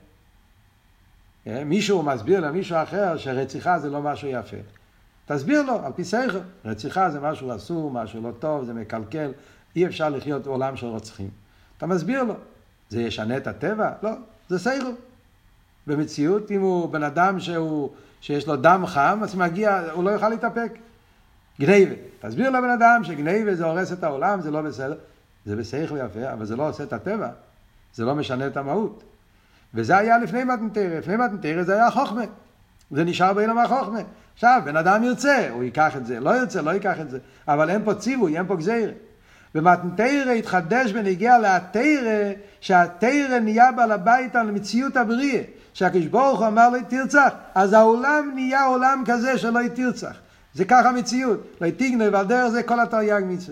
מישהו מסביר למישהו אחר שרציחה זה לא משהו יפה. תסביר לו על פי שכל. רציחה זה משהו אסור, משהו לא טוב, זה מקלקל. אי אפשר לחיות עולם של רוצחים. אתה מסביר לו. זה ישנה את הטבע? לא, זה שכל. במציאות, אם הוא בן אדם שיש לו דם חם, אז מגיע, הוא לא יוכל להתאפק. גניבה. תסביר לבן אדם שגניבה זה הורס את העולם, זה לא בסדר. זה בשכל יפה, אבל זה לא עושה את הטבע. זה לא משנה את המהות. וזה היה לפני מתן תורה. לפני מתן תורה זה היה חוכמה. זה נשאר בעולם החוכמה. עכשיו, בן אדם ירצה, הוא ייקח את זה. לא ירצה, לא ייקח את זה. אבל אין פה ציווי, אין פה גזירה. במתן תורה התחדש ונגיע לתורה, שהתורה נהיה בעל הבית על מציאות הבריאה. שהקדוש ברוך הוא אמר לא תרצח, אז העולם נהיה עולם כזה שלא תרצח. זה ככה מציאות. לא תגנוב, ועל דרך זה כל התרי"ג מצוות.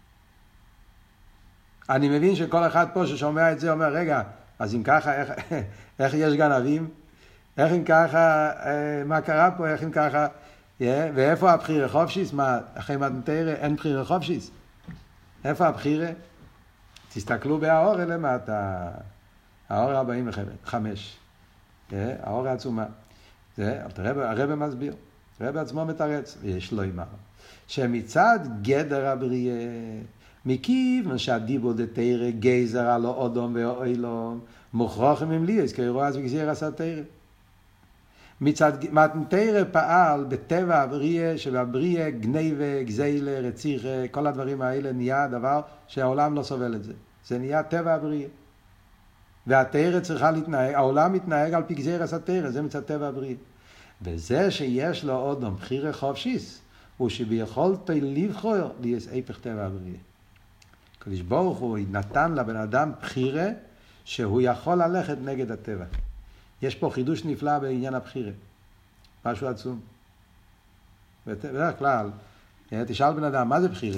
אני מבין שכל אחד פה ששומע את זה אומר, רגע, אז אם ככה, איך יש גנבים? איך אם ככה, מה קרה פה? איך אם ככה, ואיפה הבחירה חופשיס? מה, אחרי מתן תורה אין בחירה חופשיס? איפה הבחירה? תסתכלו באור למטה. האור 45. האור העצומה. הרב מסביר. הרב עצמו מתרץ. ויש לו אמר. שמצד גדר הבריאה, מכיוון שהדיבור דתרא גזר על האדם והעולם, מוכרחים עם לי, אז כאירוע אז וגזיר עשה תרא. מצד מתן תורה פעל בטבע הבריאה, שבבריאה גניבה, גזילה, רציחה, כל הדברים האלה נהיה דבר שהעולם לא סובל את זה. זה נהיה טבע הבריאה. והתורה צריכה להתנהג, העולם מתנהג על פי גזירת התורה, זה מצד טבע הבריאה. וזה שיש לו עוד בחירה חופשיס, הוא שביכולתו לבחור להיות הפך טבע הבריאה. הקדוש ברוך הוא נתן לבן אדם בחירה שהוא יכול ללכת נגד הטבע. יש פה חידוש נפלא בעניין הבחירה. משהו עצום. בדרך כלל, תשאל בן אדם, מה זה בחירה?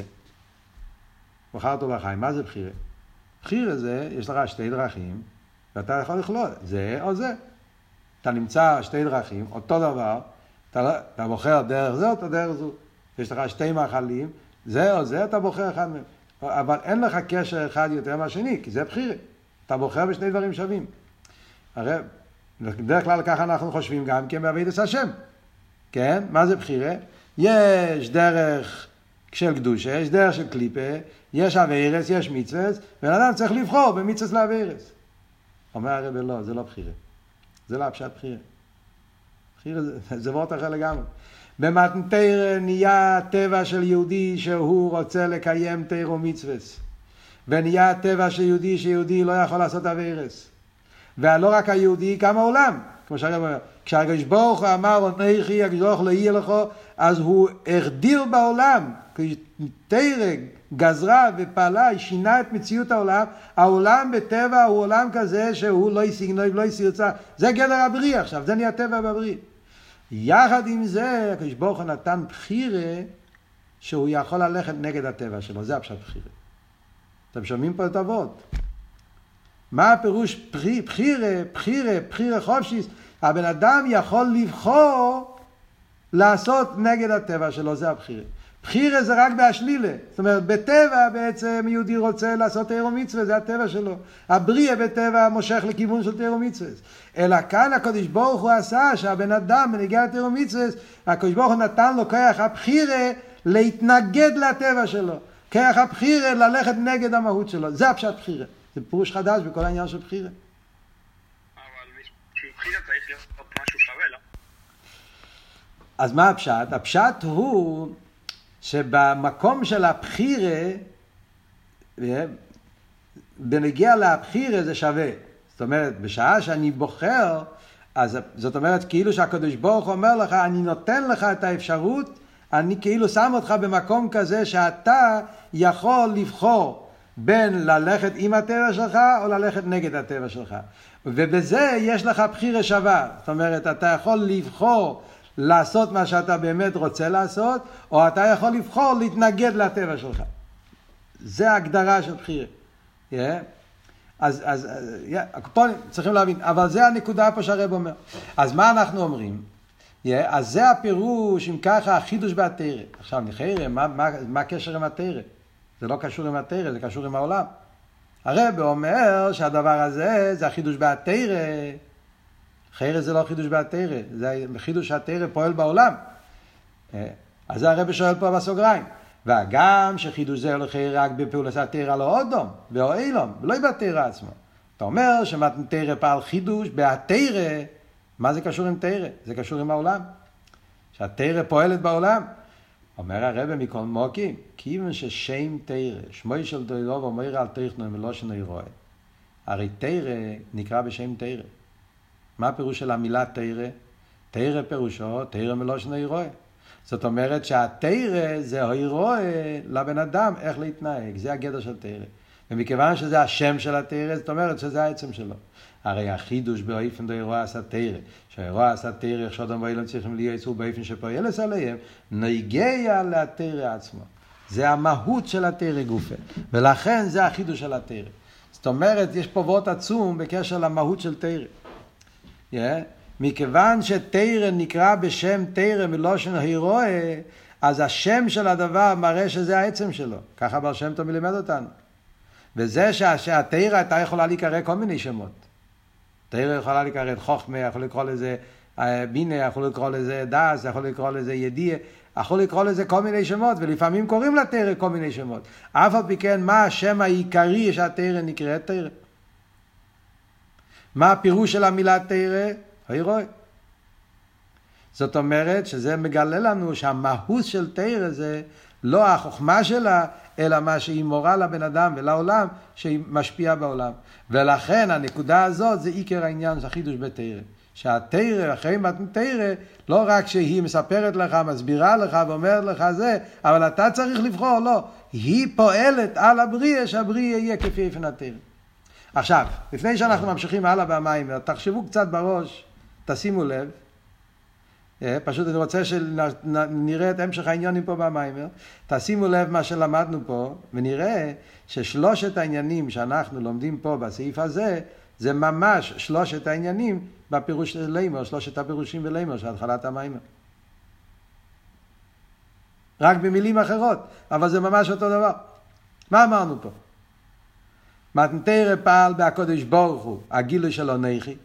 בחרת בחיים, מה זה בחירה? בחירה זה, יש לך שתי דרכים, ואתה יכול לכלול, זה או זה. אתה נמצא שתי דרכים, אותו דבר, אתה בוחר דרך זה או דרך זו. יש לך שתי מאכלים, זה או זה, אתה בוחר אחד מהם. אבל אין לך קשר אחד יותר מהשני, כי זה בחירה. אתה בוחר בשני דברים שווים. הרי, בדרך כלל ככה אנחנו חושבים גם כן בעבודת השם. כן? מה זה בחירה? יש דרך של קדושה, יש דרך של קליפה, יש עבירס, יש מצווס, ואדם צריך לבחור במצווס לעבירס. אומר הרב לא, זה לא בחירה. זה לא הפשט בחירה. בחירה זה וורט אחר לגמרי. במתנתר נהיה טבע של יהודי שהוא רוצה לקיים תיר ומצווס. ונהיה טבע של יהודי שיהודי לא יכול לעשות עבירס. ולא רק היהודי, גם העולם. כמו שהרב אומר, כשהקדוש ברוך הוא אמר, "אנכי הקדוש ברוך הוא לא יהיה לך", אז הוא החדיר בעולם. תרג גזרה ופעלה, שינה את מציאות העולם. העולם בטבע הוא עולם כזה שהוא לא ישיג נויב, לא יסירצה. זה גדר הבריאה עכשיו, זה נהיה טבע בבריא. יחד עם זה, הקדוש ברוך הוא נתן בחירה שהוא יכול ללכת נגד הטבע שלו. זה הפשט בחירה. אתם שומעים פה את אבות. מה הפירוש בחירה חופשיס? הבן אדם יכול לבחור לעשות נגד הטבע שלו, זה הבחירה. בחירה זה רק בהשלילה. זאת אומרת, בטבע בעצם יהודי רוצה לעשות תיר ומצווה, זה הטבע שלו. הבריאה בטבע מושך לכיוון של תיר ומצווה. אלא כאן הקדוש ברוך הוא עשה שהבן אדם בנגיעה לתיר ומצווה, הקדוש ברוך הוא נתן לו כוח הבחירה להתנגד לטבע שלו. כוח הבחירה ללכת נגד המהות שלו. זה הפשט בחירה. זה פירוש חדש בכל העניין של בחירה. אבל בשביל בחירה צריך להיות משהו שווה, לא? אז מה הפשט? הפשט הוא שבמקום של הבחירה, בנגיע לבחירה זה שווה. זאת אומרת, בשעה שאני בוחר, אז זאת אומרת, כאילו שהקדוש ברוך אומר לך, אני נותן לך את האפשרות, אני כאילו שם אותך במקום כזה שאתה יכול לבחור בין ללכת עם הטבע שלך או ללכת נגד הטבע שלך. ובזה יש לך בחירה שווה. זאת אומרת, אתה יכול לבחור לעשות מה שאתה באמת רוצה לעשות, או אתה יכול לבחור להתנגד לטבע שלך. זה ההגדרה של בחירה. אז פה צריכים להבין, אבל זה הנקודה פה שהרב אומר. אז מה אנחנו אומרים? אז זה הפירוש, אם ככה, החידוש בתורה. עכשיו, נחיר, מה הקשר עם התורה? זה לא קשור עם התורה, זה קשור עם העולם. הרב אומר שהדבר הזה, זה החידוש בתורה. חיר זה לא חידוש בתורה, זה חידוש התורה פועל בעולם. אז זה הרב שואל פה בסוגריים. וגם שחידוש זה הולך רק בפעולת התורה לא אודום, באוילום, לא בתורה עצמו. אתה אומר שמתנתר פעל חידוש בתורה, מה זה קשור עם תורה? זה קשור עם העולם. שהתורה פועלת בעולם. אומר הרב מכל מוקים, כיוון ששם תורה, שמוי של דוירוב אומר על תכנו מלושן אירוע. הרי תורה נקרא בשם תורה. מה הפירוש של המילה תורה? תורה פירושו, תורה מלושן אירוע. זאת אומרת שהתורה זה אירוע לבן אדם איך להתנהג. זה הגדר של תורה. ומכיוון שזה השם של התורה, זאת אומרת שזה העצם שלו. הרי החידוש באופן דאירוע עשה תורה, שהאירוע עשה תורה, איך שאודם ואילון צריכים לייצאו באופן שפועלס עליהם, נגיע לתורה עצמו. זה המהות של התורה גופה, ולכן זה החידוש של התורה. זאת אומרת, יש פה וורט עצום בקשר למהות של תורה. מכיוון שתורה נקרא בשם תורה מלושן אירוע, אז השם של הדבר מראה שזה העצם שלו. ככה בר שם טוב מלמד אותנו. וזה שהתורה הייתה יכולה להיקרא כל מיני שמות. תורה יכולה להיקרא חוכמה, יכול לקרוא לזה בינה, יכול לקרוא לזה דס, יכול לקרוא לזה ידיעה, יכול לקרוא לזה כל מיני שמות, ולפעמים קוראים לתורה כל מיני שמות. אף על פי כן, מה השם העיקרי שהתורה נקראת תורה? מה הפירוש של המילה תורה? אירוע. זאת אומרת שזה מגלה לנו שהמהות של תורה זה לא החוכמה שלה, אלא מה שהיא מורה לבן אדם ולעולם, שהיא משפיעה בעולם. ולכן הנקודה הזאת זה עיקר העניין של החידוש בתורה. שהתורה, אחרי מתן תורה, לא רק שהיא מספרת לך, מסבירה לך ואומרת לך זה, אבל אתה צריך לבחור, לא. היא פועלת על הבריאה, שהבריאה יהיה כפי אופן התורה. עכשיו, לפני שאנחנו ממשיכים הלאה במים, תחשבו קצת בראש, תשימו לב, פשוט אני רוצה שנראה את המשך העניינים פה במיימר. תשימו לב מה שלמדנו פה, ונראה ששלושת העניינים שאנחנו לומדים פה בסעיף הזה, זה ממש שלושת העניינים בפירוש של לימור, שלושת הפירושים בלימור של התחלת המיימר. רק במילים אחרות, אבל זה ממש אותו דבר. מה אמרנו פה? מתן תורה פעל בהקדוש ברוך הוא, הגילוי של אונכי.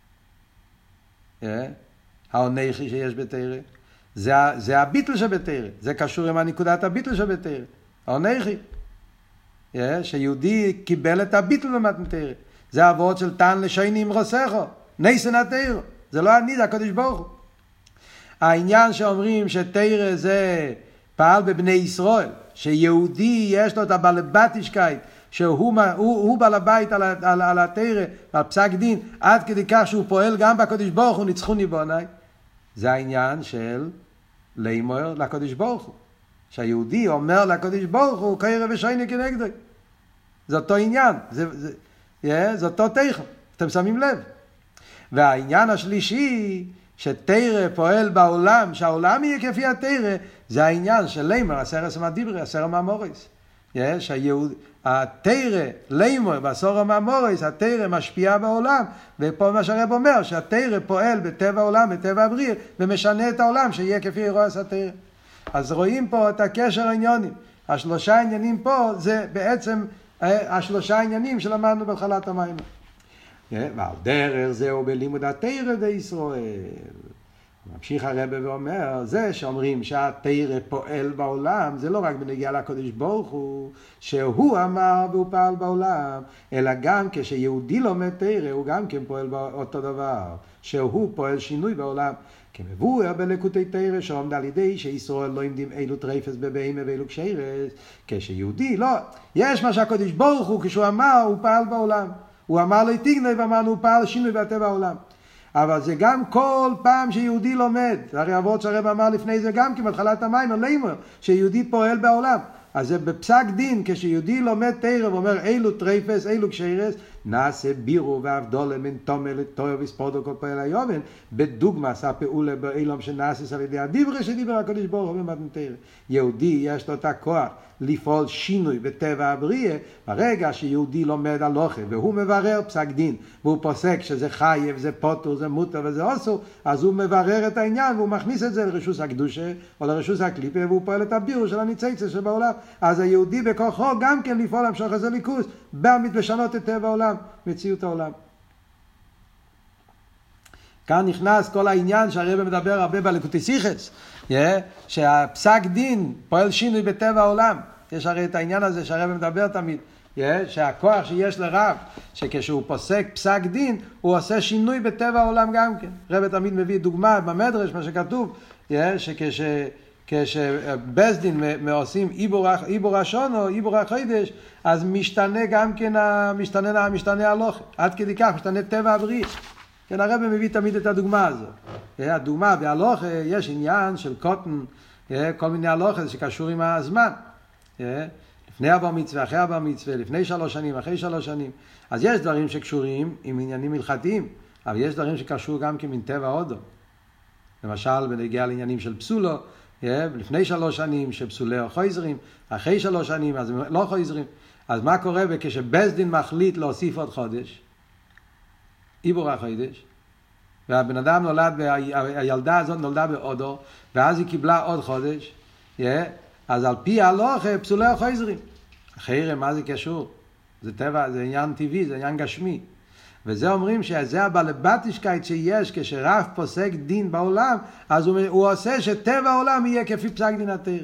האונכי שיש בתורה. זה הביטל שבתורה. זה קשור עם הנקודת הביטל שבתורה. האונכי. שיהודי קיבל את הביטל במתן תורה. זה העבוד של תן לשני עם רוסךו. ניסן התורה. זה לא אני, זה הקדוש ברוך הוא. העניין שאומרים שתורה זה פעל בבני ישראל, שיהודי יש לו את הבלבטישקייט, שהוא בעל הבית על התורה, על פסק דין, עד כדי כך שהוא פועל גם בקדוש ברוך הוא, ניצחוני בעיניי. זה העניין של לאמור לקדוש ברוך הוא. שהיהודי אומר לקדוש ברוך הוא, קרא ושייני כנגדו. זה אותו עניין, זה אותו תיכון, אתם שמים לב. והעניין השלישי, שתורה פועל בעולם, שהעולם יהיה כפי התורה, זה העניין של לימור, הסרס המדיברי, הסרס המאמורס. התורה, לימור, בסור המאמורס, התורה משפיעה בעולם, ופה מה שהרב אומר, שהתורה פועל בטבע העולם, בטבע הבריאה, ומשנה את העולם, שיהיה כפי רוח התורה. אז רואים פה את הקשר העניונים. השלושה עניינים פה, זה בעצם השלושה עניינים שלמדנו בהתחלת המים. ועל דרך זהו בלימוד התורה בישראל. ממשיך הרב ואומר, זה שאומרים שהתורה פועל בעולם, זה לא רק בנגיעה לקדוש ברוך הוא, שהוא אמר והוא פעל בעולם, אלא גם כשיהודי לומד תורה, הוא גם כן פועל באותו דבר, שהוא פועל שינוי בעולם. כמבואר בליקוטי תורה שעומד על ידי שישראל לא עומדים אילו טרפס בבהמה ואילו קשירס, כשיהודי לא, יש מה שהקדוש ברוך הוא כשהוא אמר הוא פעל בעולם, הוא אמר לו תגנוב ואמרנו הוא פעל שינוי בטבע העולם. אבל זה גם כל פעם שיהודי לומד, הרי אבות שהרב אמר לפני זה גם כי מתחלת המים הלימור, שיהודי פועל בעולם. אז זה בפסק דין, כשיהודי לומד תורה ואומר אילו טרפס, אילו קשירס, נעשה בירו והבדולה מן תומר לתויר וספורדו כל פועל היומן, בדוגמה עשה פעולה באילום שנעשה על ידי הדיברה שדיבר הקדוש ברוך הוא במתן תורה. יהודי יש לו את הכוח לפעול שינוי בטבע הבריאה, ברגע שיהודי לומד הלכה והוא מברר פסק דין, והוא פוסק שזה חייב, זה פוטר, זה מותר וזה אסור, אז הוא מברר את העניין והוא מכניס את זה לרשוס הקדושה או לרשוס הקליפה, והוא פועל את הבירו של הניצייצה שבעולם. אז היהודי בכוחו גם כן לפעול המשוך הזה ליכוס, באמת לשנות את טבע העולם, מציאות העולם. כאן נכנס כל העניין שהרב מדבר הרבה בליקוטי שיחס, שהפסק דין פועל שינוי בטבע העולם. יש הרי את העניין הזה שהרב מדבר תמיד, שהכוח שיש לרב, שכשהוא פוסק פסק דין, הוא עושה שינוי בטבע העולם גם כן. רב תמיד מביא דוגמה במדרש, מה שכתוב, כשבסדין עושים עיבור השון או עיבור החודש, אז משתנה גם כן, משתנה הלוכה, עד כדי כך משתנה טבע הבריאה. כן, הרב מביא תמיד את הדוגמה הזו. הדוגמה בהלוכה, יש עניין של קוטן, כל מיני הלוכה שקשור עם הזמן. לפני הבר מצווה, אחרי הבר מצווה, לפני 3 שנים, אחרי 3 שנים. אז יש דברים שקשורים עם עניינים הלכתיים, אבל יש דברים שקשור גם כן עם טבע הודו. למשל, בנגיעה לעניינים של פסולו, לפני 3 שנים שפסולי או חויזרים, אחרי 3 שנים אז הם לא חויזרים. אז מה קורה כשבסדין מחליט להוסיף עוד חודש? עיבור החודש, והבן אדם נולד, הילדה הזאת נולדה באודו, ואז היא קיבלה עוד חודש, אז על פי ההלכה פסולי או חויזרים. אחרי מה זה קשור? זה טבע, זה עניין טבעי, זה עניין גשמי. וזה אומרים שזה הבלבטישקייט שיש כשרב פוסק דין בעולם, אז הוא עושה שטבע העולם יהיה כפי פסק דין התורה.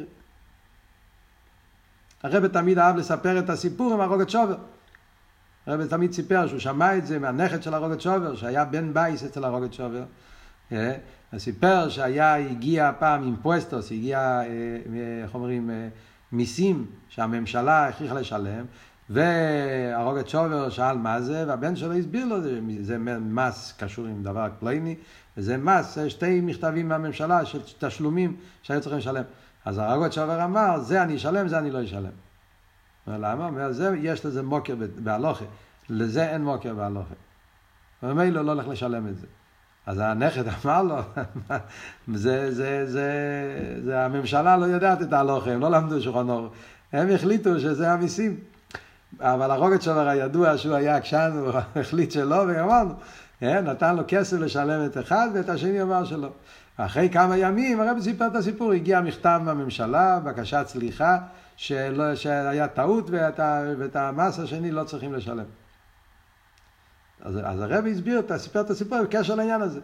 הרב תמיד אהב לספר את הסיפור עם הרוגת שובר. הרב תמיד סיפר שהוא שמע את זה מהנכד של הרוגת שובר, שהיה בן בייס אצל הרוגת שובר. סיפר הגיע פעם עם פואסטוס, הגיע, איך אומרים, מיסים שהממשלה הכריחה לשלם, והרוגת שובר שאל מה זה, והבן שלו הסביר לו, זה מס קשור עם דבר פלייני, וזה מס, שתי מכתבים מהממשלה של תשלומים שהיו צריכים לשלם. אז הרוגת שובר אמר, זה אני אשלם, זה אני לא אשלם. למה? זה, יש לזה מוקר בהלוכה, לזה אין מוקר בהלוכה. ומילא לא הולך לשלם את זה. אז הנכד אמר לו, זה הממשלה לא יודעת את ההלוכה, הם לא למדו שולחן אורוך. הם החליטו שזה המיסים. אבל הרוגת שובר הידוע שהוא היה עקשן, הוא החליט שלא, ואמרנו, נתן לו כסף לשלם את אחד, ואת השני אמר שלא. אחרי כמה ימים, הרב סיפר את הסיפור, הגיע מכתב מהממשלה, בקשת סליחה, שהיה טעות, ואת המס השני לא צריכים לשלם. אז הרב הסביר, סיפר את הסיפור בקשר לעניין הזה.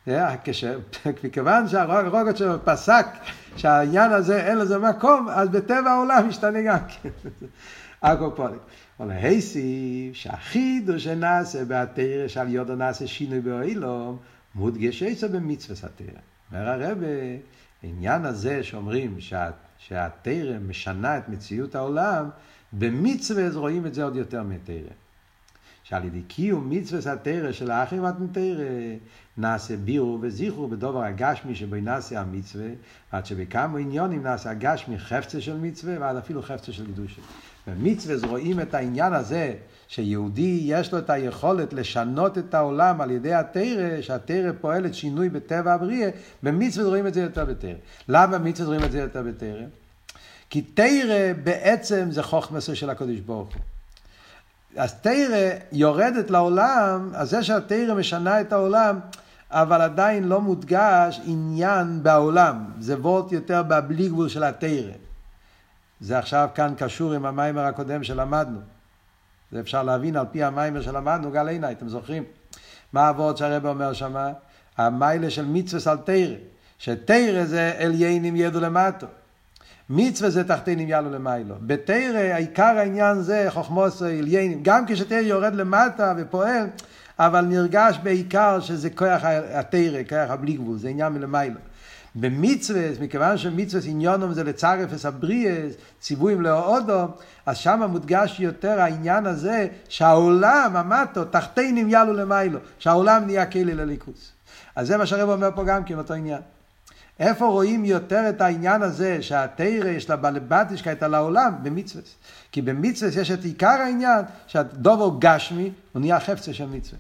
מכיוון שהרוגת שובר פסק שהעניין הזה אין לזה מקום, אז בטבע העולם משתנה גם כן. הקופונים. אבל היסיב שהחידוש שנעשה בתורה שעל יודו נעשה שינוי באילום מודגש יצא במצווה התורה. אומר הרב, העניין הזה שאומרים שהתורה משנה את מציאות העולם, במצווה רואים את זה עוד יותר מתורה. שעל ידי קיום מצווה התורה של האחר מתנתורה נעשה בירו וזיכרו בדבר הגשמי שבו נעשה המצווה, עד שבכמה עניונים נעשה הגשמי חפצה של מצווה ועד אפילו חפצה של קדושה. במצווה רואים את העניין הזה שיהודי יש לו את היכולת לשנות את העולם על ידי התורה, שהתורה פועלת שינוי בטבע הבריאה. במצווה רואים את זה יותר בתורה. למה במצווה רואים את זה יותר בתורה? כי תורה בעצם זה חוכמה של הקדוש ברוך הוא. אז תורה יורדת לעולם, אז זה שהתורה משנה את העולם, אבל עדיין לא מודגש עניין בעולם. זה וורט יותר בבלי גבול של התורה. זה עכשיו כאן קשור עם המיימר הקודם שלמדנו. זה אפשר להבין על פי המיימר שלמדנו, גל עיני, אתם זוכרים? מה העבוד שהרבא אומר שמה? המיילה של מצווה על תורה. שתורה זה עליינים ידו למטו. מצווה זה תחתינים יעלו למיילו. בתורה העיקר העניין זה חוכמוס עליינים. גם כשתורה יורד למטה ופועל, אבל נרגש בעיקר שזה כוח התורה, כוח הבלי גבול, זה עניין מלמיילו. במצווה, מכיוון שמצווה עניונם זה לצרף את הבריאה, ציוויים לאודו, אז שם מודגש יותר העניין הזה שהעולם, המטו, תחתינים יעלו למיילו, שהעולם נהיה כלי לליכוס. אז זה מה שהרב אומר פה גם כן, אותו עניין. איפה רואים יותר את העניין הזה שהתורה יש לה בלבטישקייט על העולם? במצווה. כי במצווה יש את עיקר העניין שהדובר גשמי הוא נהיה חפצה של מצווה.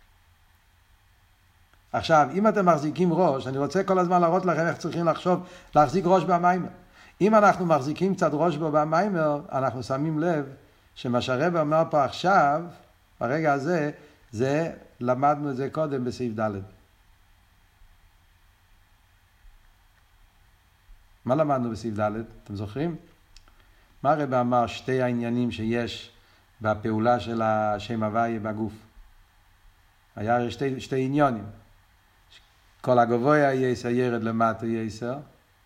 עכשיו, אם אתם מחזיקים ראש, אני רוצה כל הזמן להראות לכם איך צריכים לחשוב, להחזיק ראש במיימר. אם אנחנו מחזיקים קצת ראש במיימר, אנחנו שמים לב שמה שהרב אומר פה עכשיו, ברגע הזה, זה, למדנו את זה קודם בסעיף ד'. מה למדנו בסעיף ד'? אתם זוכרים? מה הרב אמר שתי העניינים שיש בפעולה של השם הוויה בגוף? היה שתי עניונים. כל הגבוה יסר ירד למטה יסר,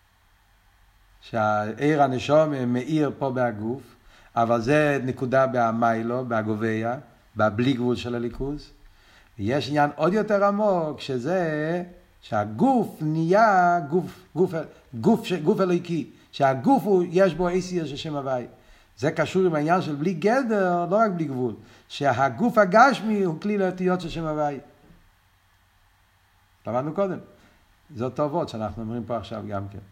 שהעיר הנשום מאיר פה בגוף, אבל זה נקודה במיילו, בגבוה, בבלי גבול של הליכוז. יש עניין עוד יותר עמוק, שזה שהגוף נהיה גוף אלוקי, שהגוף יש בו עשייה של שם הוויה. זה קשור עם העניין של בלי גדר, לא רק בלי גבול, שהגוף הגשמי הוא כלי לאותיות של שם הוויה. למדנו קודם. זאת טובות שאנחנו אומרים פה עכשיו גם כן.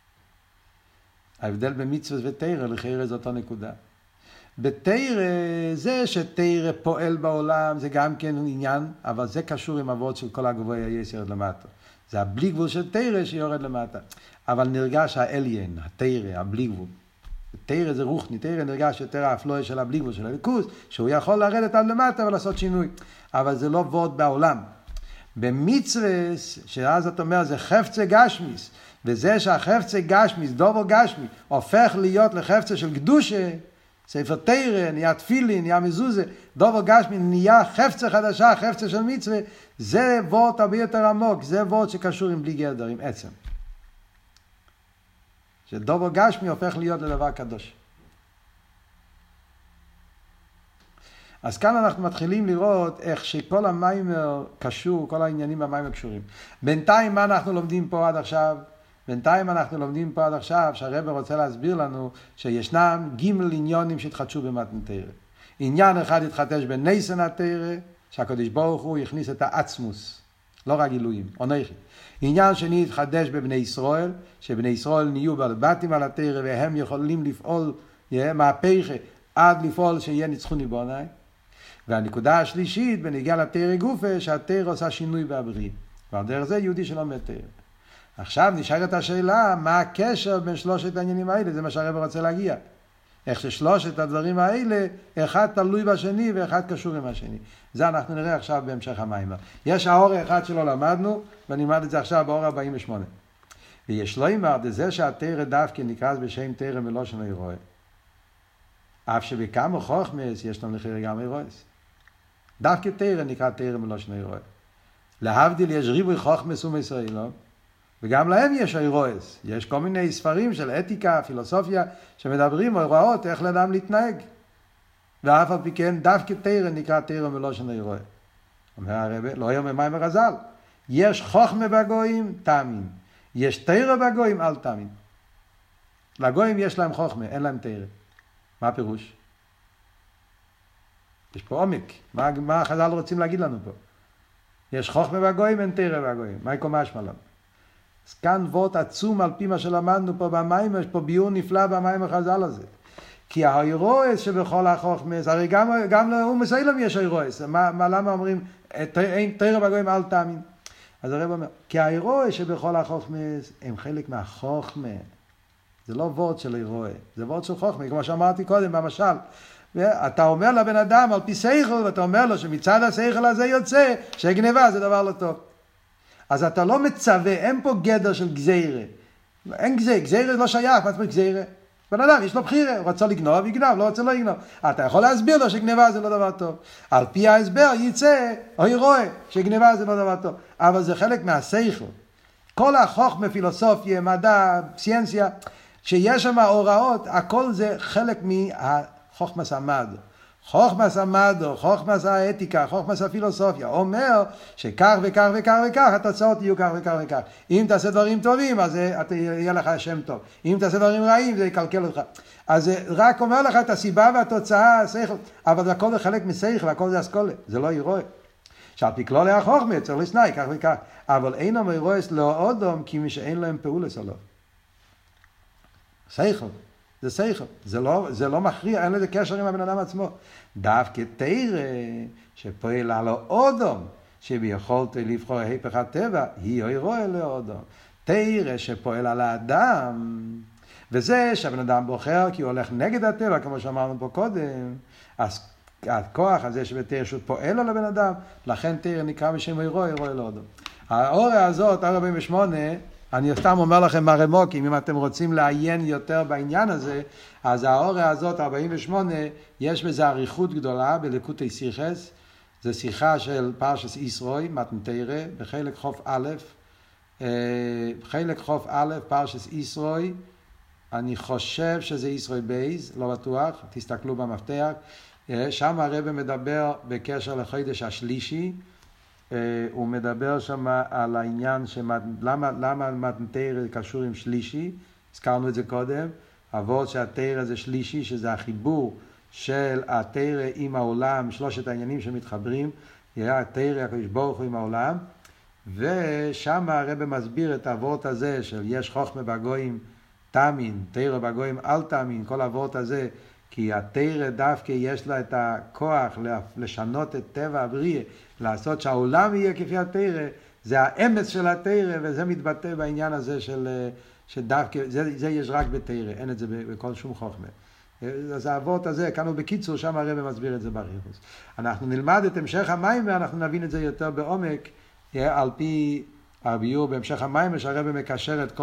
ההבדל במצווה ותורה לחיר זאת אותו נקודה. בתורה זה שתורה פועל בעולם זה גם כן עניין, אבל זה קשור עם אבות של כל הגבוה יסר למטה. זה הבלי גבול של תורה שיורד למטה. אבל נרגש האליין, התורה, הבלי גבול. תורה זה רוחני, תורה נרגש יותר האפלואה של הבלי גבול של הליכוז, שהוא יכול לרדת עד למטה ולעשות שינוי. אבל זה לא ווד בעולם. במצווה, שאז אתה אומר, זה חפצה גשמיס, וזה שהחפצה גשמיס, דובר גשמי, הופך להיות לחפצה של קדושה, ספר תורה, נהיה תפילין, נהיה מזוזה, דובר גשמי, נהיה חפצה חדשה, חפצה של מצווה, זה וורט הרבה יותר עמוק, זה וורט שקשור עם בלי גדר, עם עצם. שדובר גשמי הופך להיות לדבר קדוש. אז כאן אנחנו מתחילים לראות איך שכל המיימר קשור, כל העניינים במיימר קשורים. בינתיים מה אנחנו לומדים פה עד עכשיו? בינתיים אנחנו לומדים פה עד עכשיו שהרב רוצה להסביר לנו שישנם ג' עניונים שהתחדשו במתן תורה. עניין אחד התחדש בניסן התורה, שהקדוש ברוך הוא הכניס את העצמוס, לא רק גילויים, אנכי. עניין שני התחדש בבני ישראל, שבני ישראל נהיו בתים על התורה, והם יכולים לפעול מהפכה, עד לפעול שיהיה ניצחוני בעיניי. והנקודה השלישית, בנגיעה לתורה גופה, שהתורה עושה שינוי בהבריא. ועל דרך זה יהודי שלומד תורה. עכשיו נשארת השאלה, מה הקשר בין שלושת העניינים האלה? זה מה שהרב רוצה להגיע. איך ששלושת הדברים האלה, אחד תלוי בשני ואחד קשור עם השני. זה אנחנו נראה עכשיו בהמשך המיימר. יש האור אחד שלא למדנו, ואני למד את זה עכשיו באור 48. ויש לו אמר, זה שהתורה דווקא נקרא בשם תורה מלושן אירועה. אף שבכמה חוכמס יש לנו לחיר גם אירועס. דווקא תורה נקרא תורה מלושן אירועה. להבדיל יש ריבוי חוכמס ומישראל, וגם להם יש אירועס. יש כל מיני ספרים של אתיקה, פילוסופיה, שמדברים על הוראות איך לאדם להתנהג. ואף על פי כן, דווקא תורה נקרא תורה מלושן אירועה. אומר הרב, לא היום במיימר חז"ל. יש חוכמה בגויים, תאמין. יש תורה בגויים, אל תאמין. לגויים יש להם חוכמה, אין להם תורה. מה הפירוש? יש פה עומק. מה החז"ל רוצים להגיד לנו פה? יש חוכמה בגויים, אין תורה בגויים. מה יקום משמע לנו? אז כאן וורט עצום על פי מה שלמדנו פה במיימר, יש פה ביור נפלא במיימר חז"ל הזה. כי האירועס שבכל החוכמס, הרי גם לאום מסוים יש אירועס. למה אומרים, אין תורה בגויים אל תאמין? אז הרב אומר, כי האירועס שבכל החוכמס הם חלק מהחוכמה. זה לא וורט של אירוע, זה וורט של חוכמה, כמו שאמרתי קודם במשל. אתה אומר לבן אדם על פי שכל, ואתה אומר לו שמצד השכל הזה יוצא שגניבה זה דבר לא טוב. אז אתה לא מצווה, אין פה גדר של גזירה. אין גזירה, גזירה לא שייך, מה זאת אומרת גזירה? בן אדם יש לו בחירה, הוא רוצה לגנוב, יגנב, לא רוצה לא יגנוב. אתה יכול להסביר לו שגניבה זה לא דבר טוב. על פי ההסבר יצא, או ירואה, שגניבה זה לא דבר טוב. אבל זה חלק מהשכל. כל החוכמה, פילוסופיה, מדע, סיינציה, שיש שם הוראות, הכל זה חלק מהחוכמס המדו. חוכמס המדו, חוכמס האתיקה, חוכמס הפילוסופיה, אומר שכך וכך וכך וכך, התוצאות יהיו כך וכך וכך. אם תעשה דברים טובים, אז יהיה לך שם טוב. אם תעשה דברים רעים, זה יקלקל אותך. אז זה רק אומר לך את הסיבה והתוצאה, השכל, אבל הכל זה חלק משכל, הכל זה אסכולה, זה לא אירוע. שעל פי כללי החוכמה, צריך לסנאי, כך וכך. אבל אין אירועס לא אודום, כי מי שאין להם פעולס עליו. שכל, זה שכל, זה לא מכריע, אין לזה קשר עם הבן אדם עצמו. דווקא תורה שפועל על האודום, שביכולת לבחור היפך הטבע, היא אירוע לאודום. תורה שפועל על האדם, וזה שהבן אדם בוחר כי הוא הולך נגד הטבע, כמו שאמרנו פה קודם, אז הכוח הזה שבתורה שהוא פועל על הבן אדם, לכן תורה נקרא בשם אירוע לאודום. האורה הזאת, 48, אני סתם אומר לכם מרמוקים, אם אתם רוצים לעיין יותר בעניין הזה, אז האורה הזאת, 48, יש בזה עריכות גדולה בליקוטי שיחס, זה שיחה של פרשס ישרוי, מתן תורה, בחלק חוף א', חלק חוף א', פרשס ישרוי, אני חושב שזה ישרוי בייז, לא בטוח, תסתכלו במפתח, שם הרב מדבר בקשר לחודש השלישי, הוא מדבר שם על העניין למה מתן תורה קשור עם שלישי, הזכרנו את זה קודם, אבות שהתורה זה שלישי, שזה החיבור של התורה עם העולם, שלושת העניינים שמתחברים, התורה הקדוש ברוך הוא עם העולם, ושם הרב מסביר את האבות הזה של יש חוכמה בגויים תאמין, תורה בגויים אל תאמין, כל האבות הזה, כי התורה דווקא יש לה את הכוח לשנות את טבע הבריאה, לעשות שהעולם יהיה כפי התורה, זה האמץ של התורה, וזה מתבטא בעניין הזה שדווקא, זה יש רק בתורה, אין את זה בכל שום חוכמה. אז האבות הזה, כאן הוא בקיצור, שם הרב מסביר את זה בריחוס. אנחנו נלמד את המשך המים, ואנחנו נבין את זה יותר בעומק, על פי הביור בהמשך המים, שהרב מקשר את כל